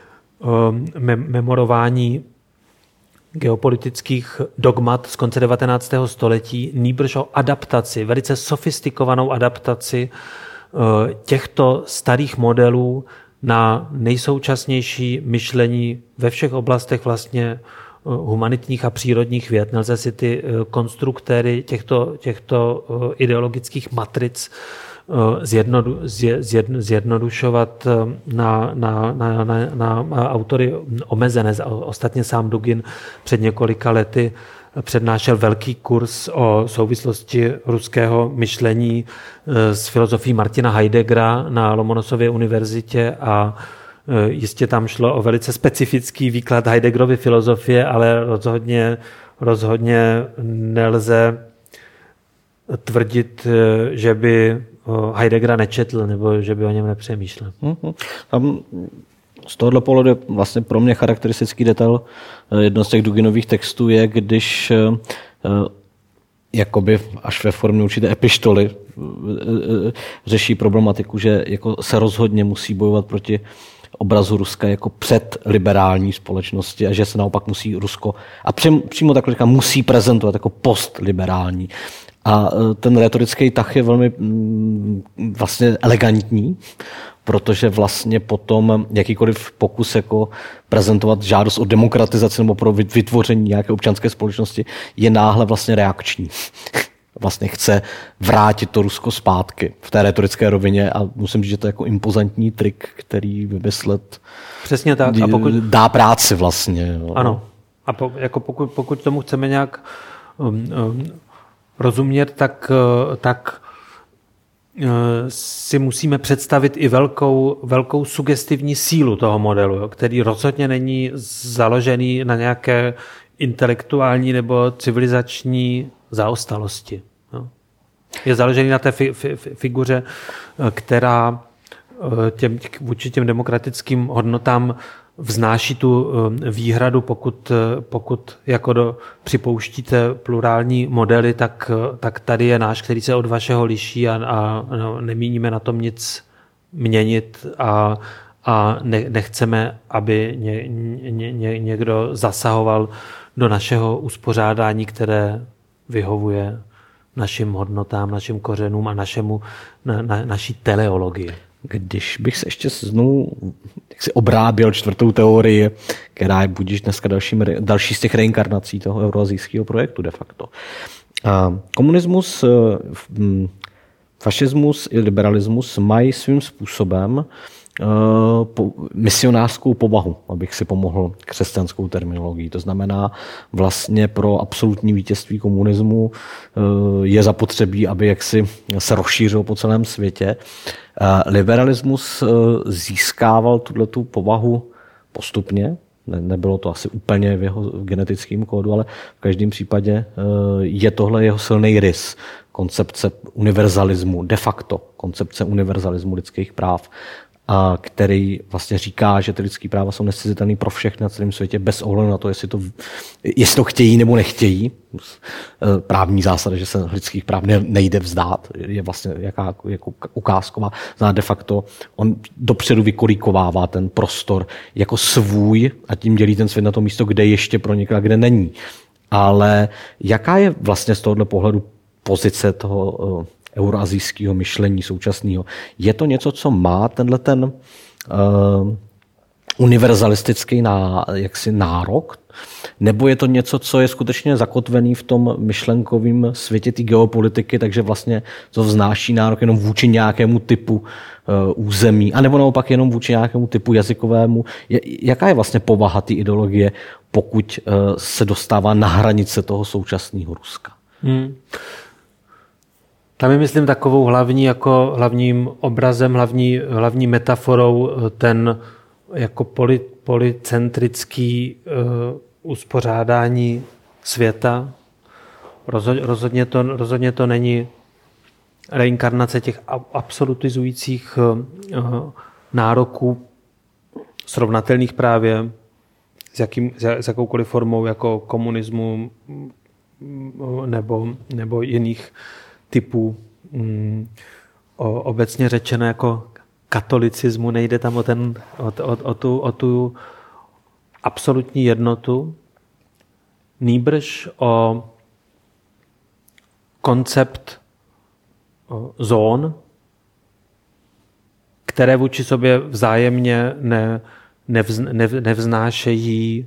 memorování geopolitických dogmat z konce devatenáctého století, nýbrž o adaptaci, velice sofistikovanou adaptaci těchto starých modelů na nejsoučasnější myšlení ve všech oblastech vlastně humanitních a přírodních věd. Nelze si ty konstruktéry těchto, těchto ideologických matric zjednodu, zjedno, zjednodušovat na, na, na, na, na autory omezené. Ostatně sám Dugin před několika lety přednášel velký kurz o souvislosti ruského myšlení s filozofií Martina Heideggera na Lomonosově univerzitě a jistě tam šlo o velice specifický výklad Heideggerovy filozofie, ale rozhodně, rozhodně nelze tvrdit, že by Heideggera nečetl nebo že by o něm nepřemýšlel. Mm-hmm. Tam z tohohle pohledu je vlastně pro mě charakteristický detail. Jedno z těch Duginových textů je, když jakoby až ve formě určité epištoly řeší problematiku, že jako se rozhodně musí bojovat proti obrazu Ruska jako předliberální společnosti a že se naopak musí Rusko, a přím, přímo takhle říkám, musí prezentovat jako postliberální. A ten retorický tah je velmi vlastně elegantní, protože vlastně potom jakýkoliv pokus jako prezentovat žádost o demokratizaci nebo pro vytvoření nějaké občanské společnosti je náhle vlastně reakční. Vlastně chce vrátit to Rusko zpátky v té retorické rovině a musím říct, že to je jako impozantní trik, který vymyslet přesně tak. A pokud... dá práci vlastně. Jo. Ano. A po, jako pokud, pokud tomu chceme nějak um, um, rozumět, tak, tak uh, si musíme představit i velkou, velkou sugestivní sílu toho modelu, jo, který rozhodně není založený na nějaké intelektuální nebo civilizační zaostalosti. Jo. Je založený na té fi, fi, figuře, která těm, vůči těm demokratickým hodnotám vznáší tu výhradu, pokud, pokud jako do, připouštíte plurální modely, tak, tak tady je náš, který se od vašeho liší a, a no, nemíníme na tom nic měnit a, a ne, nechceme, aby ně, ně, ně, někdo zasahoval do našeho uspořádání, které vyhovuje našim hodnotám, našim kořenům a našemu, na, na, naší teleologii. Když bych se ještě znovu jak si obrábil čtvrtou teorii, která je budíš dneska další, další z těch reinkarnací toho euroazijského projektu de facto. Komunismus, fašismus i liberalismus mají svým způsobem misionářskou povahu, abych si pomohl křesťanskou terminologií. To znamená, vlastně pro absolutní vítězství komunismu je zapotřebí, aby jaksi se rozšířil po celém světě. Liberalismus získával tuto povahu postupně. Nebylo to asi úplně v jeho genetickém kódu, ale v každém případě je tohle jeho silný rys. Koncepce univerzalismu, de facto koncepce univerzalismu lidských práv, a který vlastně říká, že ty lidské práva jsou nezcizitelné pro všechny na celém světě, bez ohledu na to, jestli to, jestli to chtějí nebo nechtějí. Právní zásada, že se lidských práv nejde vzdát, je vlastně jaká, jako ukázková. Zná de facto, on dopředu vykolíkovává ten prostor jako svůj a tím dělí ten svět na to místo, kde ještě pronikl, kde není. Ale jaká je vlastně z tohohle pohledu pozice toho euroazijského myšlení současného? Je to něco, co má tenhle ten uh, univerzalistický ná, jaksi nárok? Nebo je to něco, co je skutečně zakotvený v tom myšlenkovém světě té geopolitiky, takže vlastně to vznáší nárok jenom vůči nějakému typu uh, území, anebo naopak jenom vůči nějakému typu jazykovému? Je, jaká je vlastně povaha té ideologie, pokud uh, se dostává na hranice toho současného Ruska? Hmm. Tam je, myslím, takovou hlavní, jako hlavním obrazem, hlavní, hlavní metaforou ten jako poli, policentrický uh, uspořádání světa. Rozhodně, rozhodně, to, rozhodně to není reinkarnace těch absolutizujících uh, nároků srovnatelných právě s, jakým, s jakoukoliv formou jako komunismu nebo, nebo jiných typů mm, o, obecně řečeno jako katolicismu, nejde tam o, ten, o, o, o, tu, o tu absolutní jednotu, nýbrž o koncept o zón, které vůči sobě vzájemně ne, nevz, nev, nevznášejí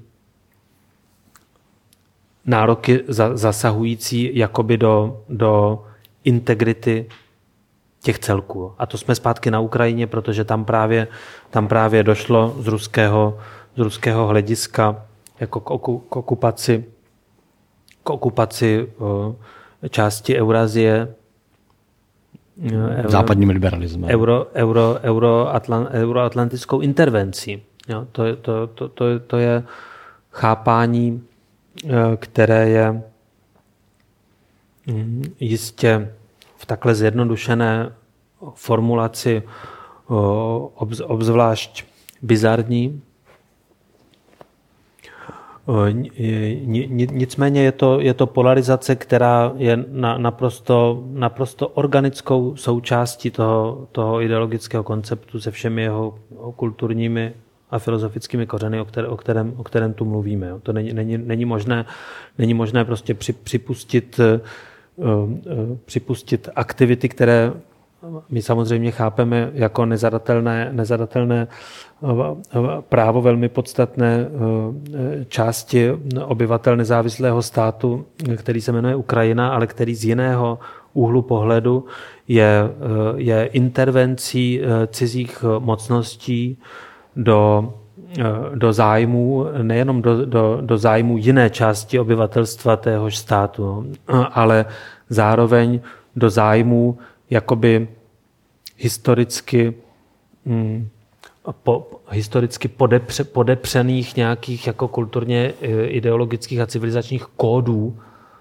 nároky za, zasahující jakoby do, do integrity těch celků. A to jsme zpátky na Ukrajině, protože tam právě, tam právě došlo z ruského, z ruského hlediska jako k, oku, k okupaci, k okupaci o, části Eurazie západním liberalismem. Euro, euro, euro, atlant, euroatlantickou intervencí. Jo, to, to, to, to, to je chápání, které je jistě v takhle zjednodušené formulaci obzvlášť bizarní. Nicméně je to, je to polarizace, která je na, naprosto, naprosto organickou součástí toho, toho ideologického konceptu se všemi jeho kulturními a filozofickými kořeny, o, které, o, kterém, o kterém tu mluvíme. To není, není, není, možné, není možné prostě při, připustit, připustit aktivity, které my samozřejmě chápeme jako nezadatelné, nezadatelné právo velmi podstatné části obyvatel nezávislého státu, který se jmenuje Ukrajina, ale který z jiného úhlu pohledu je, je intervencí cizích mocností do, do zájmů, nejenom do, do, do zájmů jiné části obyvatelstva téhož státu, ale zároveň do zájmů jakoby historicky, hm, po, historicky podepře, podepřených nějakých jako kulturně ideologických a civilizačních kódů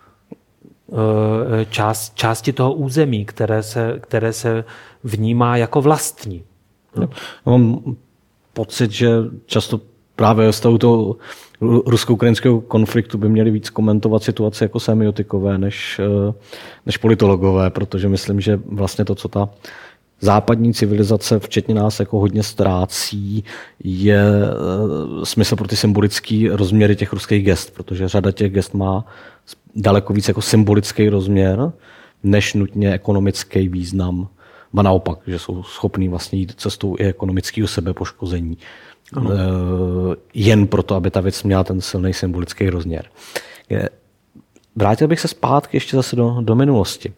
část, části toho území, které se, které se vnímá jako vlastní. No. Mám pocit, že často právě z toho rusko-ukrajinského konfliktu by měli víc komentovat situaci jako semiotikové než, než politologové, protože myslím, že vlastně to, co ta západní civilizace, včetně nás, jako hodně ztrácí, je smysl pro ty symbolické rozměry těch ruských gest, protože řada těch gest má daleko víc jako symbolický rozměr, než nutně ekonomický význam. A naopak, že jsou schopní vlastně jít cestou i ekonomického sebepoškození. Ano. Jen proto, aby ta věc měla ten silný symbolický rozměr. Vrátil bych se zpátky ještě zase do, do minulosti.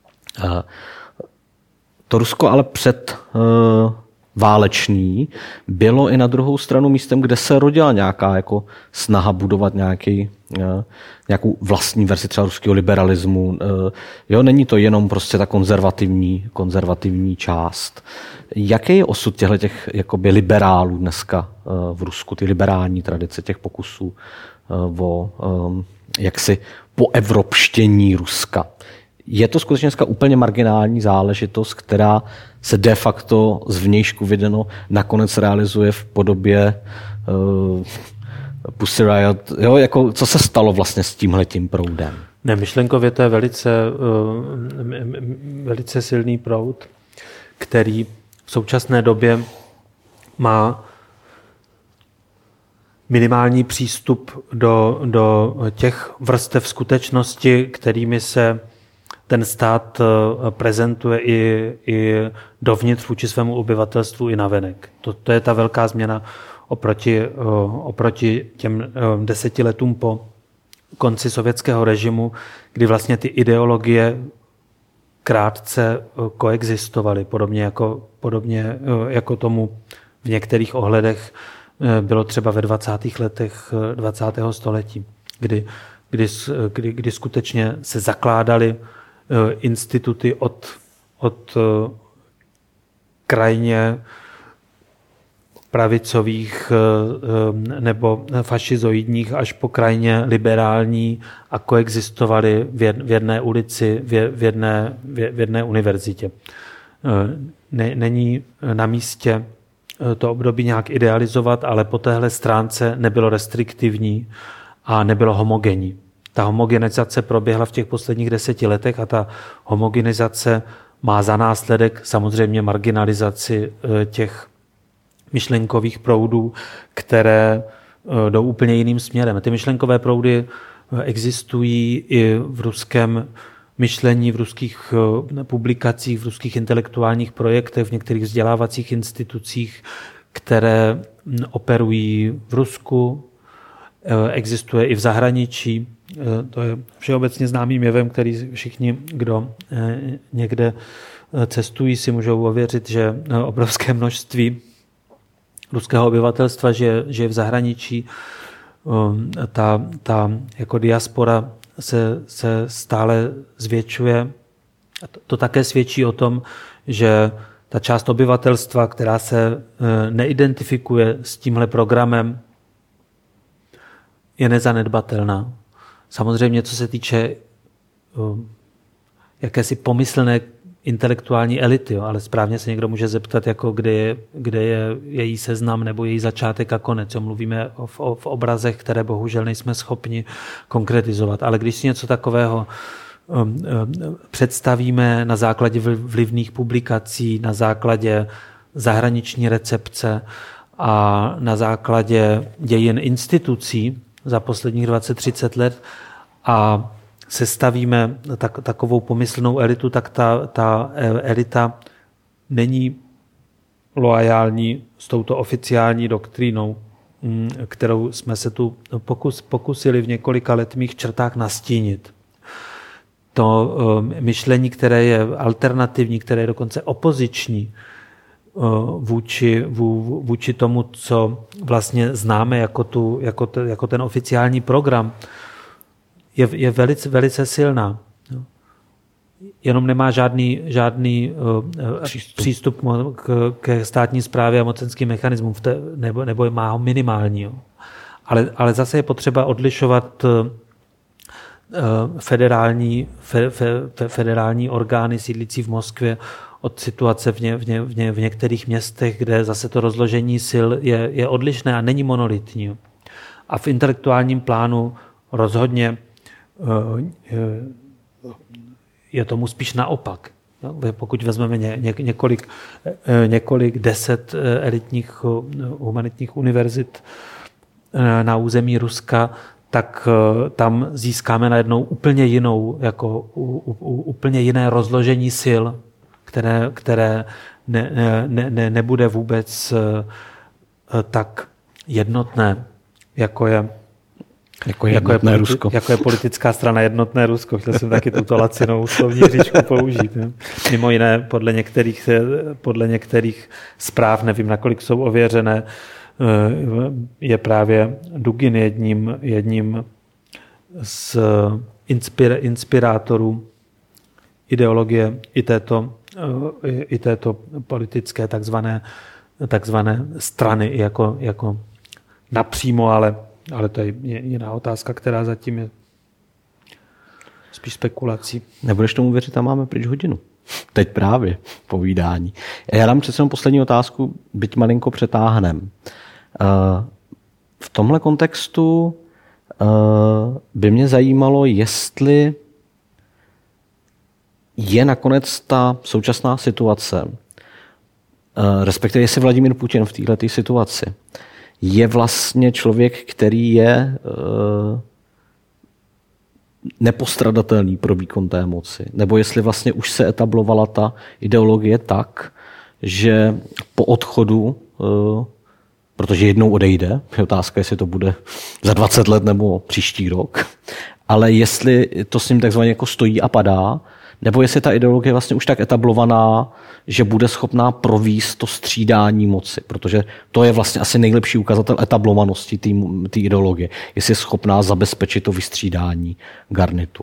To Rusko ale před válečný bylo i na druhou stranu místem, kde se rodila nějaká jako snaha budovat nějaký, nějakou vlastní verzi třeba ruského liberalismu. Jo, není to jenom prostě ta konzervativní, konzervativní část. Jaký je osud těchto těch jakoby liberálů dneska v Rusku, ty liberální tradice těch pokusů o jaksi poevropštění Ruska? Je to skutečně dneska úplně marginální záležitost, která se de facto z vnějšku viděno nakonec realizuje v podobě uh, Pussy Riot. Jo, jako, co se stalo vlastně s tímhletím proudem? Ne, myšlenkově to je velice, uh, velice silný proud, který v současné době má minimální přístup do, do těch vrstev skutečnosti, kterými se ten stát prezentuje i, i dovnitř vůči svému obyvatelstvu i navenek. To, to je ta velká změna oproti, oproti těm deseti letům po konci sovětského režimu, kdy vlastně ty ideologie krátce koexistovaly, podobně jako, podobně jako tomu v některých ohledech bylo třeba ve dvacátých letech dvacátého století, kdy, kdy, kdy, kdy skutečně se zakládaly instituty od, od krajně pravicových nebo fašizoidních až po krajně liberální a koexistovaly v jedné ulici, v jedné, v jedné univerzitě. Není na místě to období nějak idealizovat, ale po téhle stránce nebylo restriktivní a nebylo homogenní. Ta homogenizace proběhla v těch posledních deseti letech a ta homogenizace má za následek samozřejmě marginalizaci těch myšlenkových proudů, které jdou úplně jiným směrem. Ty myšlenkové proudy existují i v ruském myšlení, v ruských publikacích, v ruských intelektuálních projektech, v některých vzdělávacích institucích, které operují v Rusku, existuje i v zahraničí. To je všeobecně známým jevem, který všichni, kdo někde cestují, si můžou ověřit, že obrovské množství ruského obyvatelstva žije, žije v zahraničí. Ta, ta jako diaspora se, se stále zvětšuje. To, to také svědčí o tom, že ta část obyvatelstva, která se neidentifikuje s tímhle programem, je nezanedbatelná. Samozřejmě, co se týče jakési pomyslné intelektuální elity, jo, ale správně se někdo může zeptat, jako kde, je, kde je její seznam nebo její začátek a konec. Jo. Mluvíme o, o, v obrazech, které bohužel nejsme schopni konkretizovat. Ale když si něco takového um, um, představíme na základě vlivných publikací, na základě zahraniční recepce a na základě dějin institucí za posledních dvacet třicet let a sestavíme tak, takovou pomyslnou elitu, tak ta, ta elita není loajální s touto oficiální doktrínou, kterou jsme se tu pokus, pokusili v několika letmých črtách nastínit. To myšlení, které je alternativní, které je dokonce opoziční vůči, vůči tomu, co vlastně známe jako, tu, jako, te, jako ten oficiální program, je, je velice, velice silná. Jenom nemá žádný, žádný uh, přístup, přístup k, ke státní správě a mocenským mechanismům, nebo, nebo má ho minimální. Jo. Ale, ale zase je potřeba odlišovat uh, federální, fe, fe, federální orgány sídlící v Moskvě od situace v, ně, v, ně, v, ně, v některých městech, kde zase to rozložení sil je, je odlišné a není monolitní. A v intelektuálním plánu rozhodně je tomu spíš naopak. Pokud vezmeme ně, ně, několik, několik deset elitních humanitních univerzit na území Ruska, tak tam získáme najednou úplně jinou, jako úplně jiné rozložení sil, které, které ne, ne, ne, nebude vůbec tak jednotné, jako je Jako je, jako, je politi- Rusko. jako je politická strana Jednotné Rusko. Chtěl jsem taky tuto lacinou slovní hříčku použít. Ne? Mimo jiné, podle některých, podle některých zpráv, nevím, nakolik jsou ověřené, je právě Dugin jedním, jedním z inspir, inspirátorů ideologie i této, i této politické takzvané, takzvané strany jako, jako napřímo, ale Ale to je jiná otázka, která zatím je spíš spekulací. Nebudeš tomu věřit, tam máme pryč hodinu. Teď právě povídání. Já dám přece jenom poslední otázku, byť malinko přetáhnem. V tomhle kontextu by mě zajímalo, jestli je nakonec ta současná situace, respektive jestli Vladimír Putin v této situaci je vlastně člověk, který je uh, nepostradatelný pro výkon té moci. Nebo jestli vlastně už se etablovala ta ideologie tak, že po odchodu, uh, protože jednou odejde, je otázka, jestli to bude za dvacet let nebo příští rok, ale jestli to s ním takzvaně jako stojí a padá, nebo jestli ta ideologie je vlastně už tak etablovaná, že bude schopná provést to střídání moci, protože to je vlastně asi nejlepší ukazatel etablovanosti té ideologie, jestli je schopná zabezpečit to vystřídání garnitur.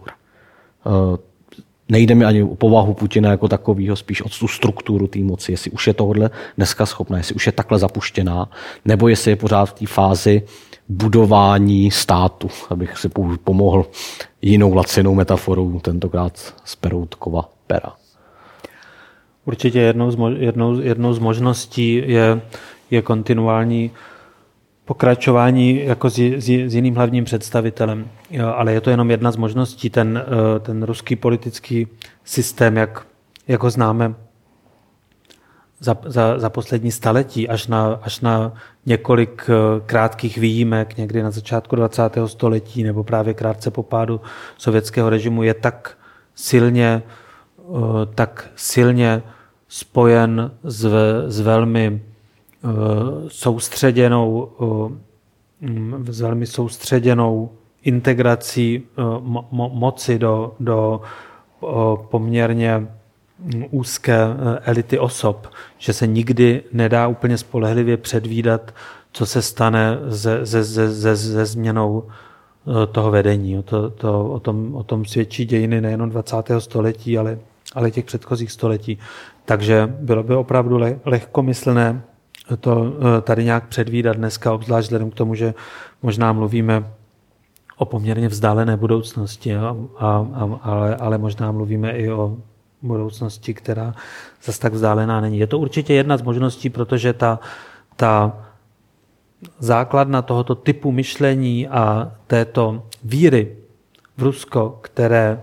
Nejde mi ani o povahu Putina jako takového, spíš o tu strukturu té moci, jestli už je tohle dneska schopná, jestli už je takhle zapuštěná, nebo jestli je pořád v té fázi budování státu, abych si pomohl jinou lacinou metaforou, tentokrát z Peroutkova pera. Určitě jednou z, mo- jednou, jednou z možností je, je kontinuální pokračování jako s, s, s jiným hlavním představitelem. Jo, ale je to jenom jedna z možností. Ten, ten ruský politický systém, jak, jak ho známe za, za, za poslední staletí, až na, až na několik krátkých výjimek, někdy na začátku dvacátého století nebo právě krátce po pádu sovětského režimu, je tak silně, tak silně spojen s, s velmi soustředěnou, s velmi soustředěnou integrací mo, mo, moci do, do poměrně úzké elity osob, že se nikdy nedá úplně spolehlivě předvídat, co se stane ze, ze, ze, ze, ze změnou toho vedení. To, to, o, tom, o tom svědčí dějiny nejenom dvacátého století, ale, ale těch předchozích století. Takže bylo by opravdu le, lehkomyslné to tady nějak předvídat dneska, obzvlášť vzhledem k tomu, že možná mluvíme o poměrně vzdálené budoucnosti, a, a, ale, ale možná mluvíme i o budoucnosti, která zase tak vzdálená není. Je to určitě jedna z možností, protože ta, ta základna tohoto typu myšlení a této víry v Rusko, které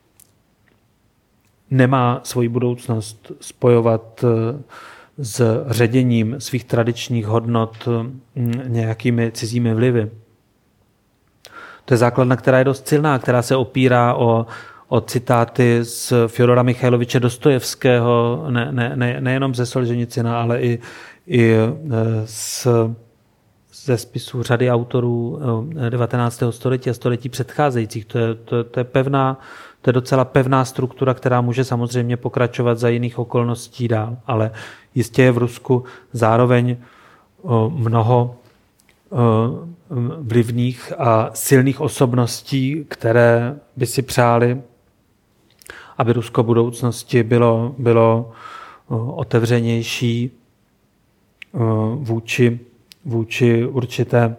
nemá svoji budoucnost spojovat s ředěním svých tradičních hodnot nějakými cizími vlivy. To je základna, která je dost silná, která se opírá o, o citáty z Fjodora Michajloviče Dostojevského, ne, ne, ne, nejenom ze Solženicina, ale i, i z, ze spisů řady autorů devatenáctého století a století předcházejících. To je, to, to je pevná, to je docela pevná struktura, která může samozřejmě pokračovat za jiných okolností dál, ale jistě je v Rusku zároveň mnoho vlivných a silných osobností, které by si přáli, aby Rusko budoucnosti bylo, bylo otevřenější vůči, vůči určité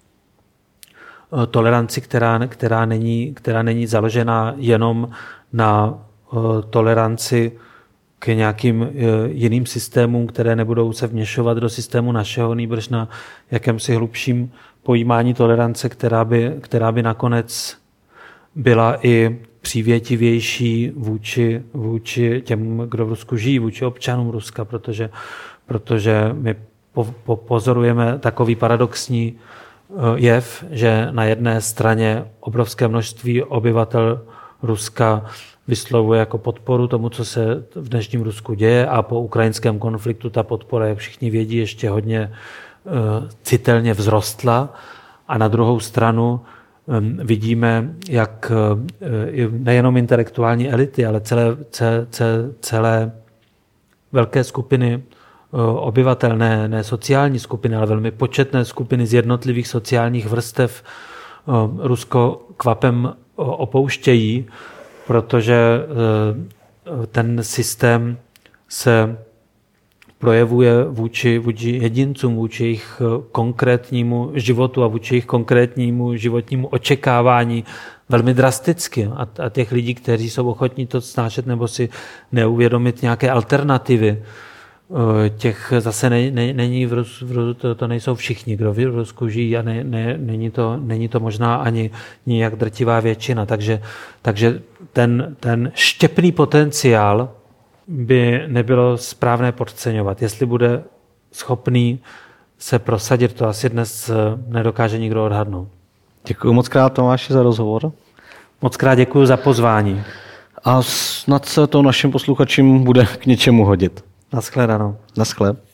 toleranci, která, která, není, která není založená jenom na toleranci k nějakým jiným systémům, které nebudou se vměšovat do systému našeho, nýbrž na jakémsi hlubším pojímání tolerance, která by, která by nakonec byla i přívětivější vůči, vůči těm, kdo v Rusku žijí, vůči občanům Ruska, protože, protože my po, po, pozorujeme takový paradoxní jev, že na jedné straně obrovské množství obyvatel Ruska vyslovuje jako podporu tomu, co se v dnešním Rusku děje, a po ukrajinském konfliktu ta podpora, jak všichni vědí, ještě hodně uh, citelně vzrostla. A na druhou stranu um, vidíme, jak uh, nejenom intelektuální elity, ale celé, celé, celé velké skupiny uh, obyvatel, ne, ne sociální skupiny, ale velmi početné skupiny z jednotlivých sociálních vrstev uh, Rusko kvapem opouštějí, protože ten systém se projevuje vůči, vůči jedincům, vůči jejich konkrétnímu životu a vůči jejich konkrétnímu životnímu očekávání velmi drasticky. A, a těch lidí, kteří jsou ochotní to snášet nebo si neuvědomit nějaké alternativy, těch zase ne, ne, není v Rusku, to, to nejsou všichni, kdo v Rusku žijí, a ne, ne, není, to, není to možná ani nijak drtivá většina. Takže, takže ten, ten štěpný potenciál by nebylo správné podceňovat. Jestli bude schopný se prosadit, to asi dnes nedokáže nikdo odhadnout. Děkuji moc krát, Tomáši, za rozhovor. Moc krát děkuji za pozvání. A snad se to našim posluchačům bude k něčemu hodit. Naschledanou. Naschle.